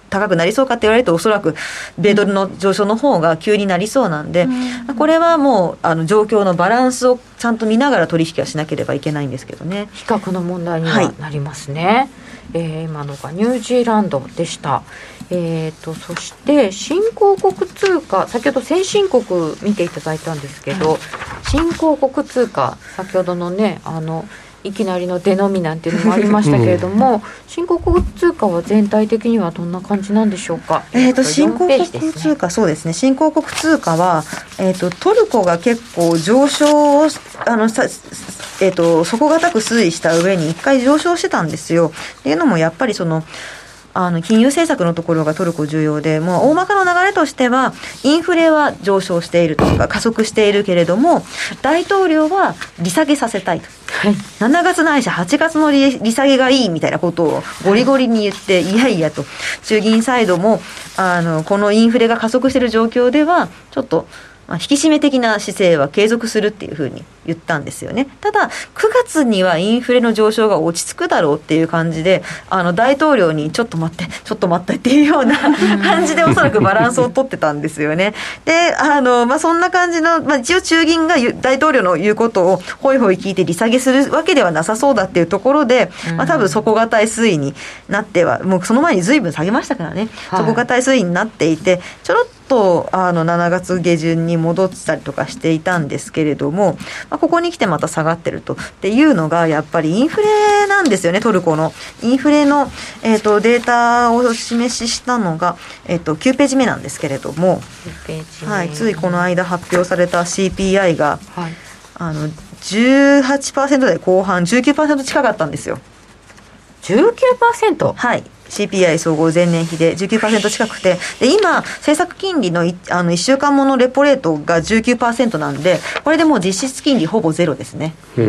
高くなりそうかって言われるとおそらく米ドルの上昇の方が急になりそうなんで、うん、これはもうあの状況のバランスをちゃんと見ながら取引はしなければいけないんですけどね。 比較の問題にはなりますね、はい、えー、今のがニュージーランドでした。えー、とそして新興国通貨、先ほど先進国見ていただいたんですけど、はい、新興国通貨、先ほどのねあのいきなりのデノミなんていうのもありましたけれども、うん、新興国通貨は全体的にはどんな感じなんでしょうか。 えー、と新興国通貨、そうですね、新興国通貨は、えー、とトルコが結構上昇をあのさ、えー、と底堅く推移した上に一回上昇してたんですよ。っていうのもやっぱりそのあの金融政策のところがトルコ重要で、もう大まかの流れとしてはインフレは上昇しているとか加速しているけれども、大統領は利下げさせたいと、はい、しちがつないしはちがつの 利, 利下げがいいみたいなことをゴリゴリに言って、いやいやと衆議院サイドもあのこのインフレが加速している状況ではちょっとまあ、引き締め的な姿勢は継続するっていうふうに言ったんですよね。ただくがつにはインフレの上昇が落ち着くだろうっていう感じで、あの大統領にちょっと待ってちょっと待ってっていうような感じでおそらくバランスを取ってたんですよね。であの、まあ、そんな感じの、まあ、一応中銀が大統領の言うことをホイホイ聞いて利下げするわけではなさそうだっていうところで、まあ、多分底堅い推移になっては、もうその前に随分下げましたからね、はい、底堅い推移になっていて、ちょろっととあのしちがつ下旬に戻ったりとかしていたんですけれども、まあ、ここに来てまた下がってるとっていうのがやっぱりインフレなんですよね。トルコのインフレの、えー、とデータをお示ししたのが、えー、ときゅうページ目なんですけれども、はい、ついこの間発表された シーピーアイ が、はい、あの じゅうはちパーセント 台後半 じゅうきゅうパーセント 近かったんですよ。 じゅうきゅうパーセント? はい、シーピーアイ 総合前年比で じゅうきゅうパーセント 近くて、で今政策金利の い, あのいっしゅうかんものレポレートが じゅうきゅうパーセント なんで、これでもう実質金利ほぼゼロですね、うん、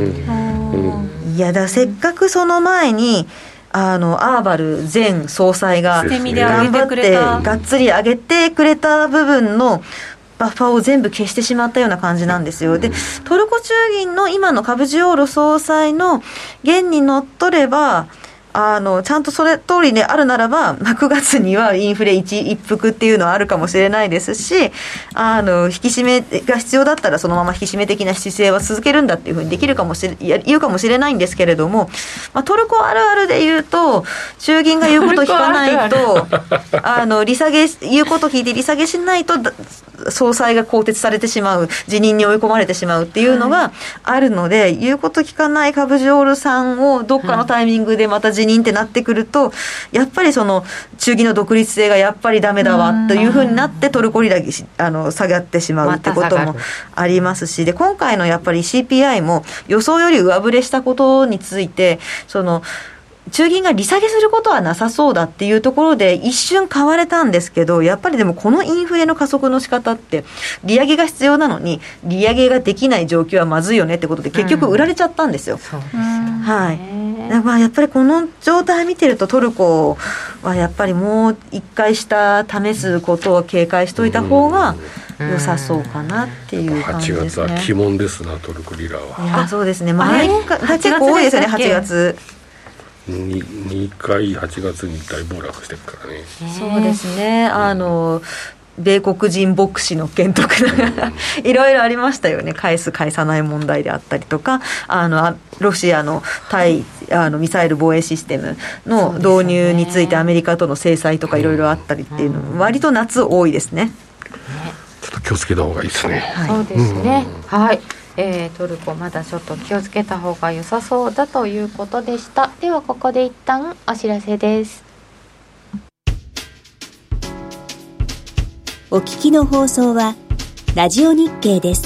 いやだせっかくその前にあのアーバル前総裁が頑張ってがっつり上げてくれた部分のバッファーを全部消してしまったような感じなんですよ。でトルコ中銀の今のカブジオール総裁の言にのっとれば、あのちゃんとそれ通りであるならば、まあ、くがつにはインフレ一一服っていうのはあるかもしれないですし、あの引き締めが必要だったらそのまま引き締め的な姿勢は続けるんだっていうふうにできるかもしれ言うかもしれないんですけれども、まあ、トルコあるあるで言うと中銀が言うこと聞かないとあの利下げ言うこと聞いて利下げしないと総裁が更迭されてしまう、辞任に追い込まれてしまうっていうのがあるので、はい、言うこと聞かないカブジオールさんをどっかのタイミングでまた辞任ってなってくると、やっぱりその中銀の独立性がやっぱりダメだわというふうになってトルコリラあの下がってしまうってこともありますし、で今回のやっぱり シーピーアイ も予想より上振れしたことについて、その中銀が利下げすることはなさそうだっていうところで一瞬買われたんですけど、やっぱりでもこのインフレの加速の仕方って利上げが必要なのに利上げができない状況はまずいよねってことで結局売られちゃったんですよ、うん、そうですよね、はい、まあやっぱりこの状態見てるとトルコはやっぱりもう一回した試すことを警戒しといた方が良さそうかなっていう感じですね。 はちがつは鬼門ですな、トルコリラは。 いやそうですね、毎回結構多いですよね、はちがつ 2, 2回はちがつに大暴落してるからね。 そうですね、あの米国人牧師の件とかいろいろありましたよね。返す返さない問題であったりとか、あのロシアの対あのミサイル防衛システムの導入についてアメリカとの制裁とかいろいろあったりっていうの、割と夏多いですね。 ちょっと気をつけた方がいいですね、 はい、そうですね、うん、はい、えー、トルコまだちょっと気をつけた方が良さそうだということでした。ではここで一旦お知らせです。 お聞きの放送はラジオ日経です。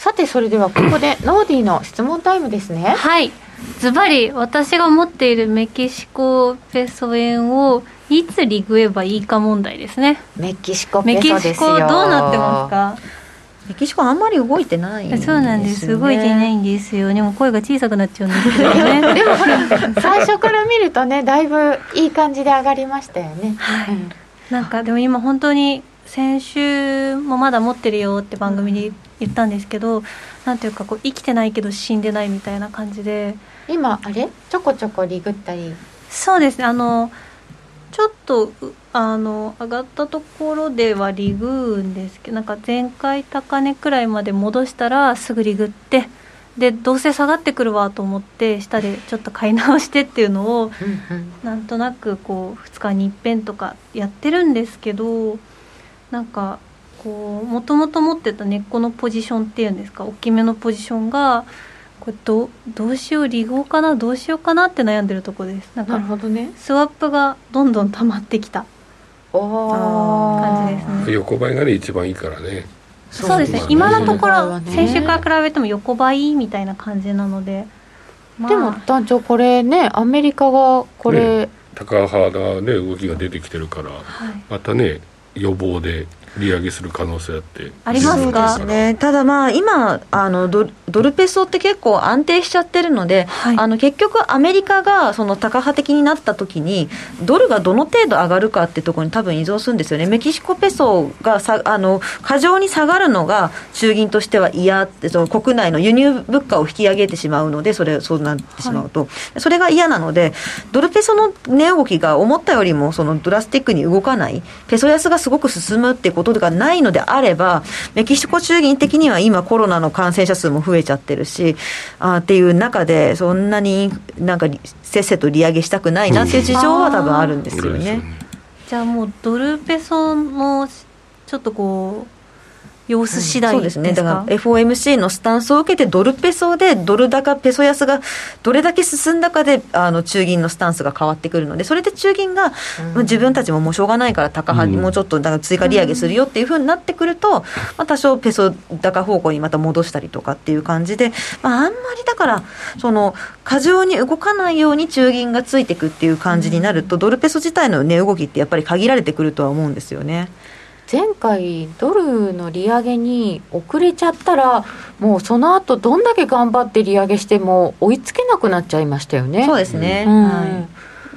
さてそれではここでノーディーの質問タイムですね。 はい、ズバリ私が持っているメキシコペソ円をいつリグえばいいか問題ですね。 メキシコペソですよ。 メキシコどうなってますか？ メキシコあんまり動いてないんですね。 そうなんです、動いていないんですよ。でも声が小さくなっちゃうんですけどねでもほら最初から見るとねだいぶいい感じで上がりましたよね。 はい、 うん、 なんかでも今本当に先週もまだ持ってるよって番組で言ったんですけど、なんていうかこう生きてないけど死んでないみたいな感じで、 今あれちょこちょこリグったり。 そうですね、あのちょっとあの上がったところではリグうんですけど、なんか前回高値くらいまで戻したらすぐリグって、でどうせ下がってくるわと思って下でちょっと買い直してっていうのを、 うんうん、 なんとなくこうふつかに一遍とかやってるんですけど、なんかこうもともと持ってた根っこのポジションっていうんですか、大きめのポジションがこれ ど, どうしようリグかなどうしようかなって悩んでるところです。なんかなるほどね。 スワップがどんどん溜まってきた感じですね。 横ばいがね一番いいからね。 そうですね、今のところ先週から比べても横ばいみたいな感じなので、まあ、 でも団長これねアメリカがこれ、 ね、高派な、ね、動きが出てきてるから、はい、またね予防で利上げする可能性あってありますかね。ただまあ今あの ド, ドルペソって結構安定しちゃってるので、はい、あの結局アメリカがその高派的になった時にドルがどの程度上がるかってところに多分依存するんですよね。メキシコペソがさあの過剰に下がるのが中銀としては嫌って、その国内の輸入物価を引き上げてしまうので、それそうなってしまうと、はい、それが嫌なのでドルペソの値動きが思ったよりもそのドラスティックに動かない、ペソ安がすごく進むってことがないのであれば、メキシコ中銀的には今コロナの感染者数も増えちゃってるしあっていう中でそんなになんかせっせと利上げしたくないなっていう事情は多分あるんですよね。 じゃあもうドルペソのちょっとこう様子次第ですか、うん、そうですね。だから エフオーエムシー のスタンスを受けてドルペソでドル高ペソ安がどれだけ進んだかであの中銀のスタンスが変わってくるので、それで中銀が、うん、自分たちももうしょうがないから高派にもうちょっとだから追加利上げするよっていう風になってくると、うん、まあ、多少ペソ高方向にまた戻したりとかっていう感じで、まあ、あんまりだからその過剰に動かないように中銀がついていくっていう感じになると、ドルペソ自体の値動きってやっぱり限られてくるとは思うんですよね。 前回ドルの利上げに遅れちゃったらもうその後どんだけ頑張って利上げしても追いつけなくなっちゃいましたよね。 そうですね、うん、はい、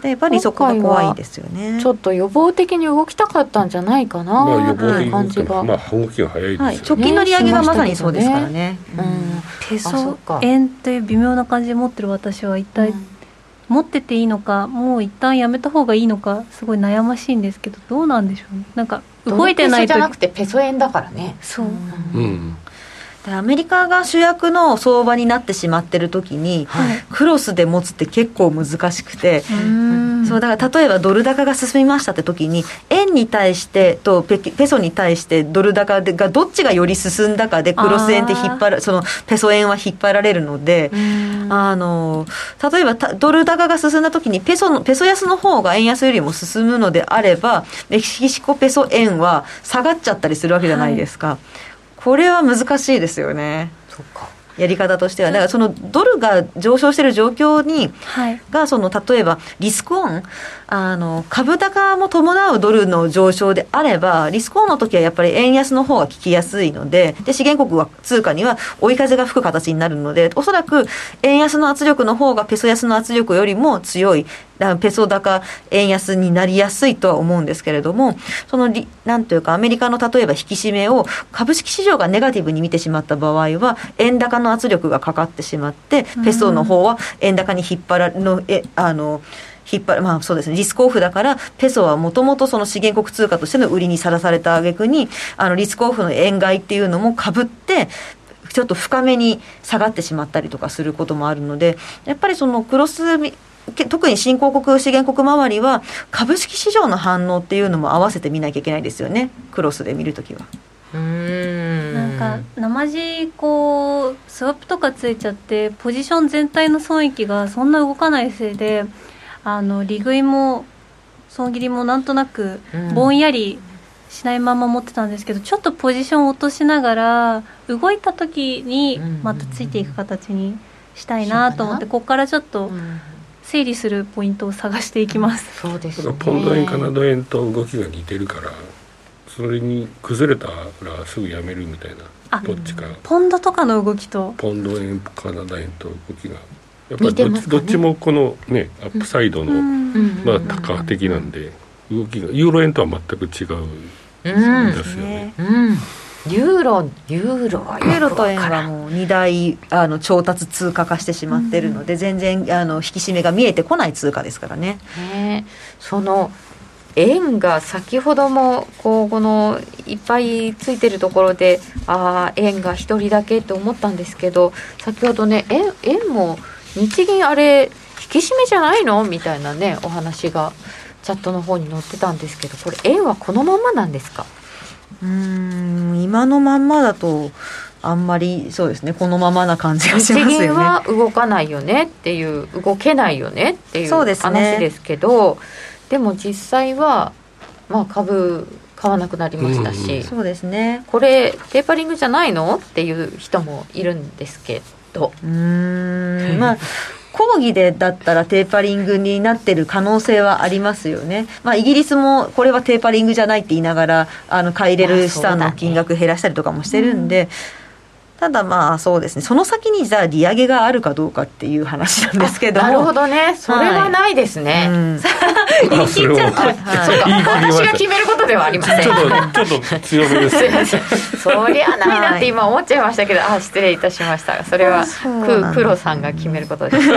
でやっぱりそこが怖いですよね。 ちょっと予防的に動きたかったんじゃないかな、 まあ、予防的に感じが、 まあ、動きが早いですよね、はい、 直近の利上げがまさにそうですからね、 うんうん、ペソ円という微妙な感じで持ってる私は一体、うん、持ってていいのかもう一旦やめた方がいいのかすごい悩ましいんですけど、どうなんでしょうね。なんか動いてないとドルペソじゃなくてペソ円だからね。 そう、 うん、 アメリカが主役の相場になってしまってる時に、はい、クロスで持つって結構難しくて、うんそうだから例えばドル高が進みましたって時に円に対してと ペ, ペソに対してドル高がどっちがより進んだかでクロス円って引っ張る、そのペソ円は引っ張られるので、あの例えばドル高が進んだ時にペソのペソ安の方が円安よりも進むのであればメキシコペソ円は下がっちゃったりするわけじゃないですか、はい、これは難しいですよね。 そっか、 やり方としてはだからそのドルが上昇している状況に、はい、がその例えばリスクオンあの株高も伴うドルの上昇であればリスクオンの時はやっぱり円安の方が効きやすいので、で資源国は通貨には追い風が吹く形になるので、おそらく円安の圧力の方がペソ安の圧力よりも強いペソ高円安になりやすいとは思うんですけれども、そのなんというかアメリカの例えば引き締めを株式市場がネガティブに見てしまった場合は円高の圧力がかかってしまってペソの方は円高に引っ張らのえあの引っ張る、まあそうですね、リスクオフだからペソはもともとその資源国通貨としての売りにさらされた挙句にあのリスクオフの円買いっていうのもかぶってちょっと深めに下がってしまったりとかすることもあるので、やっぱりそのクロス特に新興国資源国周りは株式市場の反応っていうのも合わせて見なきゃいけないですよね、クロスで見るときは。 うーんなんか生地こうスワップとかついちゃってポジション全体の損益がそんな動かないせいであの利食いも損切りもなんとなくぼんやりしないまま持ってたんですけど、ちょっとポジションを落としながら動いた時にまたついていく形にしたいなと思って、ここからちょっと整理するポイントを探していきます。 そうですね、 ポンド円カナダ円と動きが似てるから、それに崩れたらすぐやめるみたいな、どっちか。 ポンドとかの動きとポンド円カナダ円と動きがやっぱり ど, っ、ね、どっちもこのねアップサイドの、まあ、多角的なんで、動きがユーロ円とは全く違うんですよね。 うんうん、ユーロユーロユーロと円はもうに大あの調達通貨化してしまってるので、うん、全然あの引き締めが見えてこない通貨ですからね。 ね、その円が先ほどもこうこのいっぱいついてるところで、あ円が一人だけって思ったんですけど、先ほどね 円, 円も日銀あれ引き締めじゃないのみたいなねお話がチャットの方に載ってたんですけど、これ円はこのままなんですか？ うーん今のまんまだとあんまりそうですね、このままな感じがしますよね。 日銀は動かないよねっていう、動けないよねっていう話ですけど、でも実際は、まあ、株買わなくなりましたし、うん、 そうですね、 これテーパリングじゃないのっていう人もいるんですけど、 うーんまあ講義でだったらテーパリングになってる可能性はありますよね。まあ、イギリスもこれはテーパリングじゃないって言いながらあの買い入れる資産の金額減らしたりとかもしてるんで、まあただまあそうですね、その先にじゃあ利上げがあるかどうかっていう話なんですけど。 なるほどね、それはないですね、はい、うん、言い切っちゃった、はい、そうか、私が決めることではありません。 ちょっとちょっと強めですそりゃないなって今思っちゃいましたけど、あ失礼いたしました。それは黒さんが決めることです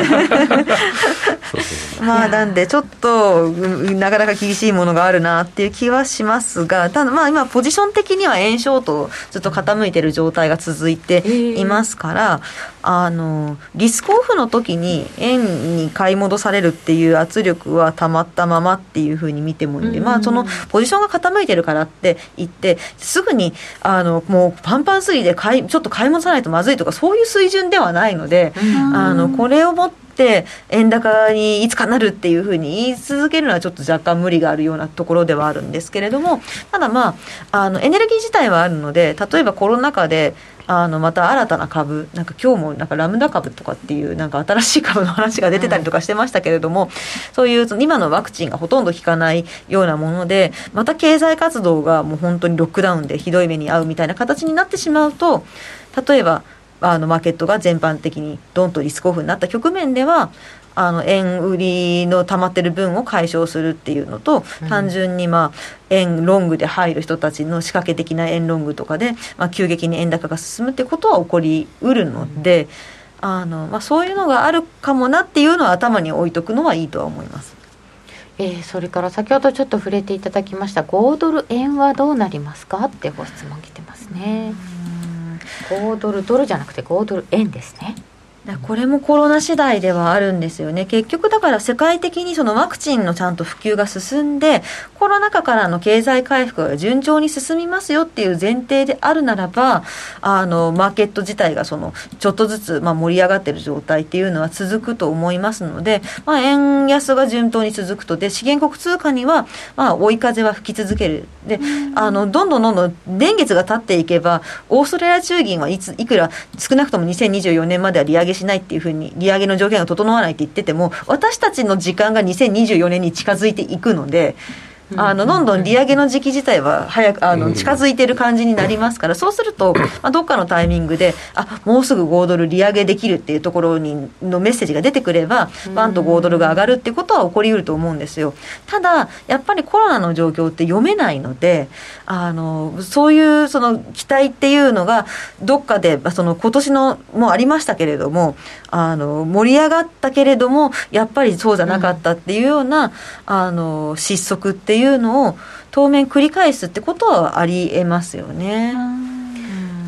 まあなんでちょっとなかなか厳しいものがあるなっていう気はしますが、ただまあ今ポジション的には円ショートずっと傾いてる状態が続いていますから、あのリスクオフの時に円に買い戻されるっていう圧力はたまったままっていうふうに見てもいいんで、まあそのポジションが傾いてるからって言ってすぐにあのもうパンパンすぎて買いちょっと買い戻さないとまずいとかそういう水準ではないので、あのこれをもって円高にいつかなるっていうふうに言い続けるのはちょっと若干無理があるようなところではあるんですけれども、ただまああのエネルギー自体はあるので、例えばコロナ禍であのまた新たな株、なんか今日もなんかラムダ株とかっていうなんか新しい株の話が出てたりとかしてましたけれども、うん、そういう今のワクチンがほとんど効かないようなもので、また経済活動がもう本当にロックダウンでひどい目に遭うみたいな形になってしまうと、例えばあのマーケットが全般的にドンとリスクオフになった局面ではあの円売りの溜まってる分を解消するっていうのと、うん、単純にまあ円ロングで入る人たちの仕掛け的な円ロングとかで、まあ、急激に円高が進むっていうことは起こりうるので、うん、あのまあ、そういうのがあるかもなっていうのは頭に置いとくのはいいとは思います。 えー、それから先ほどちょっと触れていただきましたごドル円はどうなりますかってご質問来てますね。ごドルドルじゃなくてごドル円ですね。 これもコロナ次第ではあるんですよね。結局だから世界的にそのワクチンのちゃんと普及が進んでコロナ禍からの経済回復が順調に進みますよっていう前提であるならば、あのマーケット自体がそのちょっとずつまあ盛り上がっている状態っていうのは続くと思いますので、まあ、円安が順当に続くと、で資源国通貨にはまあ追い風は吹き続ける。であのどんどんどんどん年月が経っていけばオーストラリア中銀はいついくら少なくともにせんにじゅうよねんまでは利上げしないっていうふうに利上げの条件が整わないって言ってても、私たちの時間がにせんにじゅうよねんに近づいていくので、あのどんどん利上げの時期自体は早くあの近づいている感じになりますから、そうすると、まあ、どっかのタイミングであもうすぐごドル利上げできるっていうところにのメッセージが出てくればバンとごドルが上がるっていうことは起こりうると思うんですよ。ただやっぱりコロナの状況って読めないので、あのそういうその期待っていうのがどっかでその今年のもありましたけれども、あの盛り上がったけれどもやっぱりそうじゃなかったっていうような、うん、あの失速っていういうのを当面繰り返すってことはありえますよね。うん、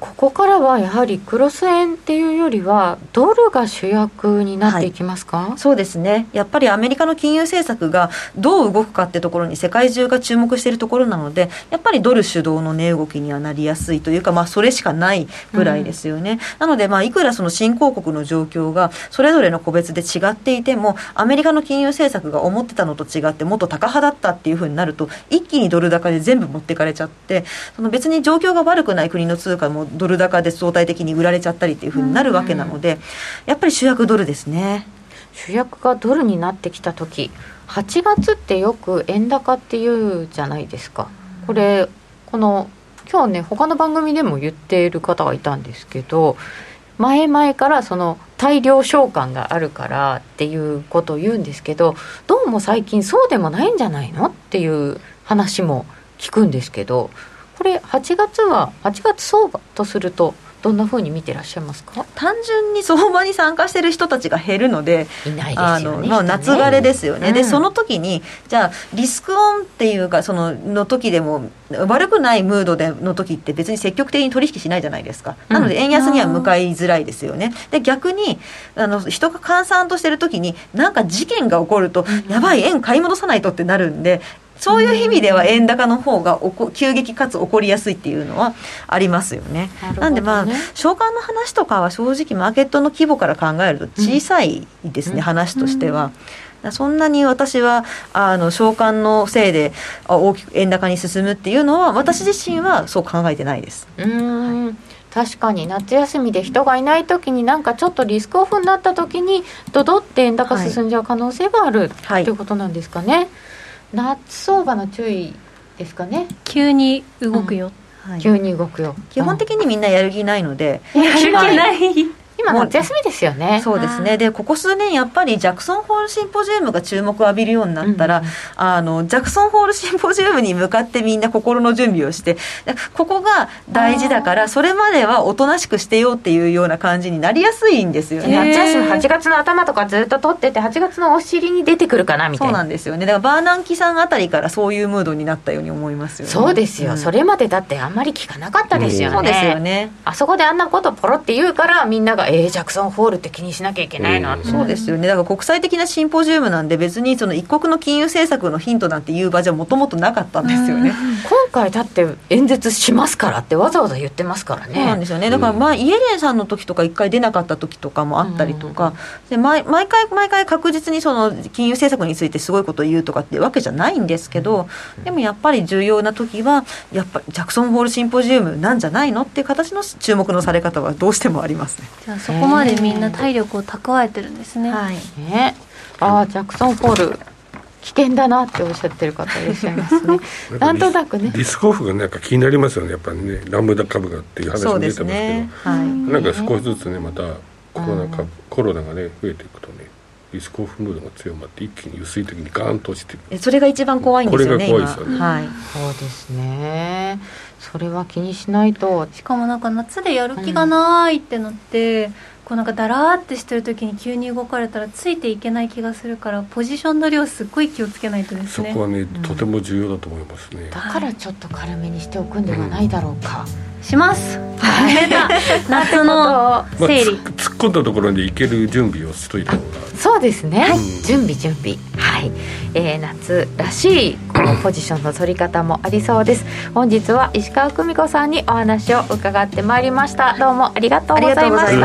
ここからはやはりクロス円っていうよりはドルが主役になっていきますか？ はい、そうですね。やっぱりアメリカの金融政策がどう動くかってところに世界中が注目しているところなので、やっぱりドル主導の値動きにはなりやすいというか、まあ、それしかないぐらいですよね。うん、なので、まあ、いくらその新興国の状況がそれぞれの個別で違っていても、アメリカの金融政策が思ってたのと違ってもっと高派だったっていうふうになると、一気にドル高で全部持ってかれちゃって、その別に状況が悪くない国の通貨もドル高で相対的に売られちゃったりっていう風になるわけなので、やっぱり主役ドルですね。 主役がドルになってきた時、はちがつってよく円高っていうじゃないですか。これこの今日ね他の番組でも言っている方がいたんですけど、前々からその大量償還があるからっていうことを言うんですけど、どうも最近そうでもないんじゃないのっていう話も聞くんですけど、これはちがつははちがつ相場とするとどんな風に見てらっしゃいますか？ 単純に相場に参加している人たちが減るので、 いないですよね。 あの、まあ、夏枯れですよね。うん、でその時にじゃあリスクオンっていうかそのの時でも悪くないムードでの時って別に積極的に取引しないじゃないですか。なので円安には向かいづらいですよね。で逆にあの人が閑散としてる時になんか事件が起こると、うん、やばい円買い戻さないとってなるんで、そういう意味では円高の方がおこ急激かつ起こりやすいっていうのはありますよね。な, ねなんでまあ償還の話とかは正直マーケットの規模から考えると小さいですね、うん、話としては。うん、そんなに私はあの償還のせいで大きく円高に進むっていうのは私自身はそう考えてないです。 うーん、確かに夏休みで人がいない時になんかちょっとリスクオフになった時にドドって円高進んじゃう可能性がある、はい、ということなんですかね。夏相場の注意ですかね。 急に動くよ、 うんはい、急に動くよ。 基本的にみんなやる気ないので、 やる気ない今夏休みですよね。 そうですね。でここ数年やっぱりジャクソンホールシンポジウムが注目を浴びるようになったら、うん、あのジャクソンホールシンポジウムに向かってみんな心の準備をして、ここが大事だからそれまではおとなしくしてよっていうような感じになりやすいんですよね。 夏休みはちがつの頭とかずっと取ってて、はちがつのお尻に出てくるかなみたいな。 そうなんですよね。だからバーナンキさんあたりからそういうムードになったように思いますよね。 そうですよ、うん、それまでだってあんまり聞かなかったですよね。 そうですよね。 あそこであんなことポロって言うからみんながえー、ジャクソンホールって気にしなきゃいけないの、うん、 そうですよね。だから国際的なシンポジウムなんで別にその一国の金融政策のヒントなんていう場じゃもともとなかったんですよね。 今回だって演説しますからってわざわざ言ってますからね。 そうなんですよね。だからまあイエレンさんの時とか一回出なかった時とかもあったりとか、うん、で 毎, 毎回毎回確実にその金融政策についてすごいことを言うとかってわけじゃないんですけど、でもやっぱり重要な時はやっぱりジャクソンホールシンポジウムなんじゃないのっていう形の注目のされ方はどうしてもありますね。 じゃあそこまでみんな体力を蓄えてるんですね。 はいね、あジャクソンホール危険だなっておっしゃってる方いらっしゃいますね。なんとなくねリスクオフがなんか気になりますよね。やっぱりねラムダ株がっていう話も出てますけど、ねはい、なんか少しずつねまたコロナか、うん、コロナがね増えていくとねリスクオフムードが強まって一気に薄い時にガーンと落ちてる。 それが一番怖いんですよね。 これが怖いですよね、 はい、 そうですね。それは気にしないと。 しかもなんか夏でやる気がないってなって、うん、こうなんかだらーってしてる時に急に動かれたらついていけない気がするから、ポジションの量すっごい気をつけないとですね。 そこはね、うん、とても重要だと思いますね。 だからちょっと軽めにしておくんではないだろうか、 うん、します夏の整理、 まあ、突っ込んだところに行ける準備をしといた方が。 そうですね、 うん、 準備準備はい、えー、夏らしいこのポジションの取り方もありそうです。本日は石川久美子さんにお話を伺ってまいりました。どうもありがとうございました。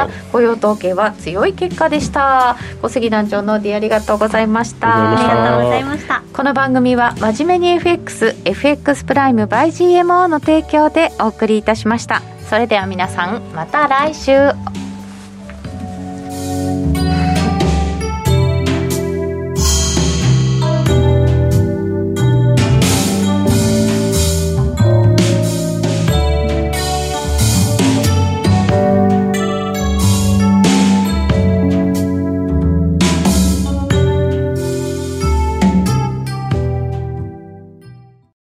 雇用統計は強い結果でした。小杉団長の D ありがとうございました。 ありがとうございました。 この番組は真面目に エフエックス エフエックス プライム by ジーエムオー の提供でお送りいたしました。それでは皆さんまた来週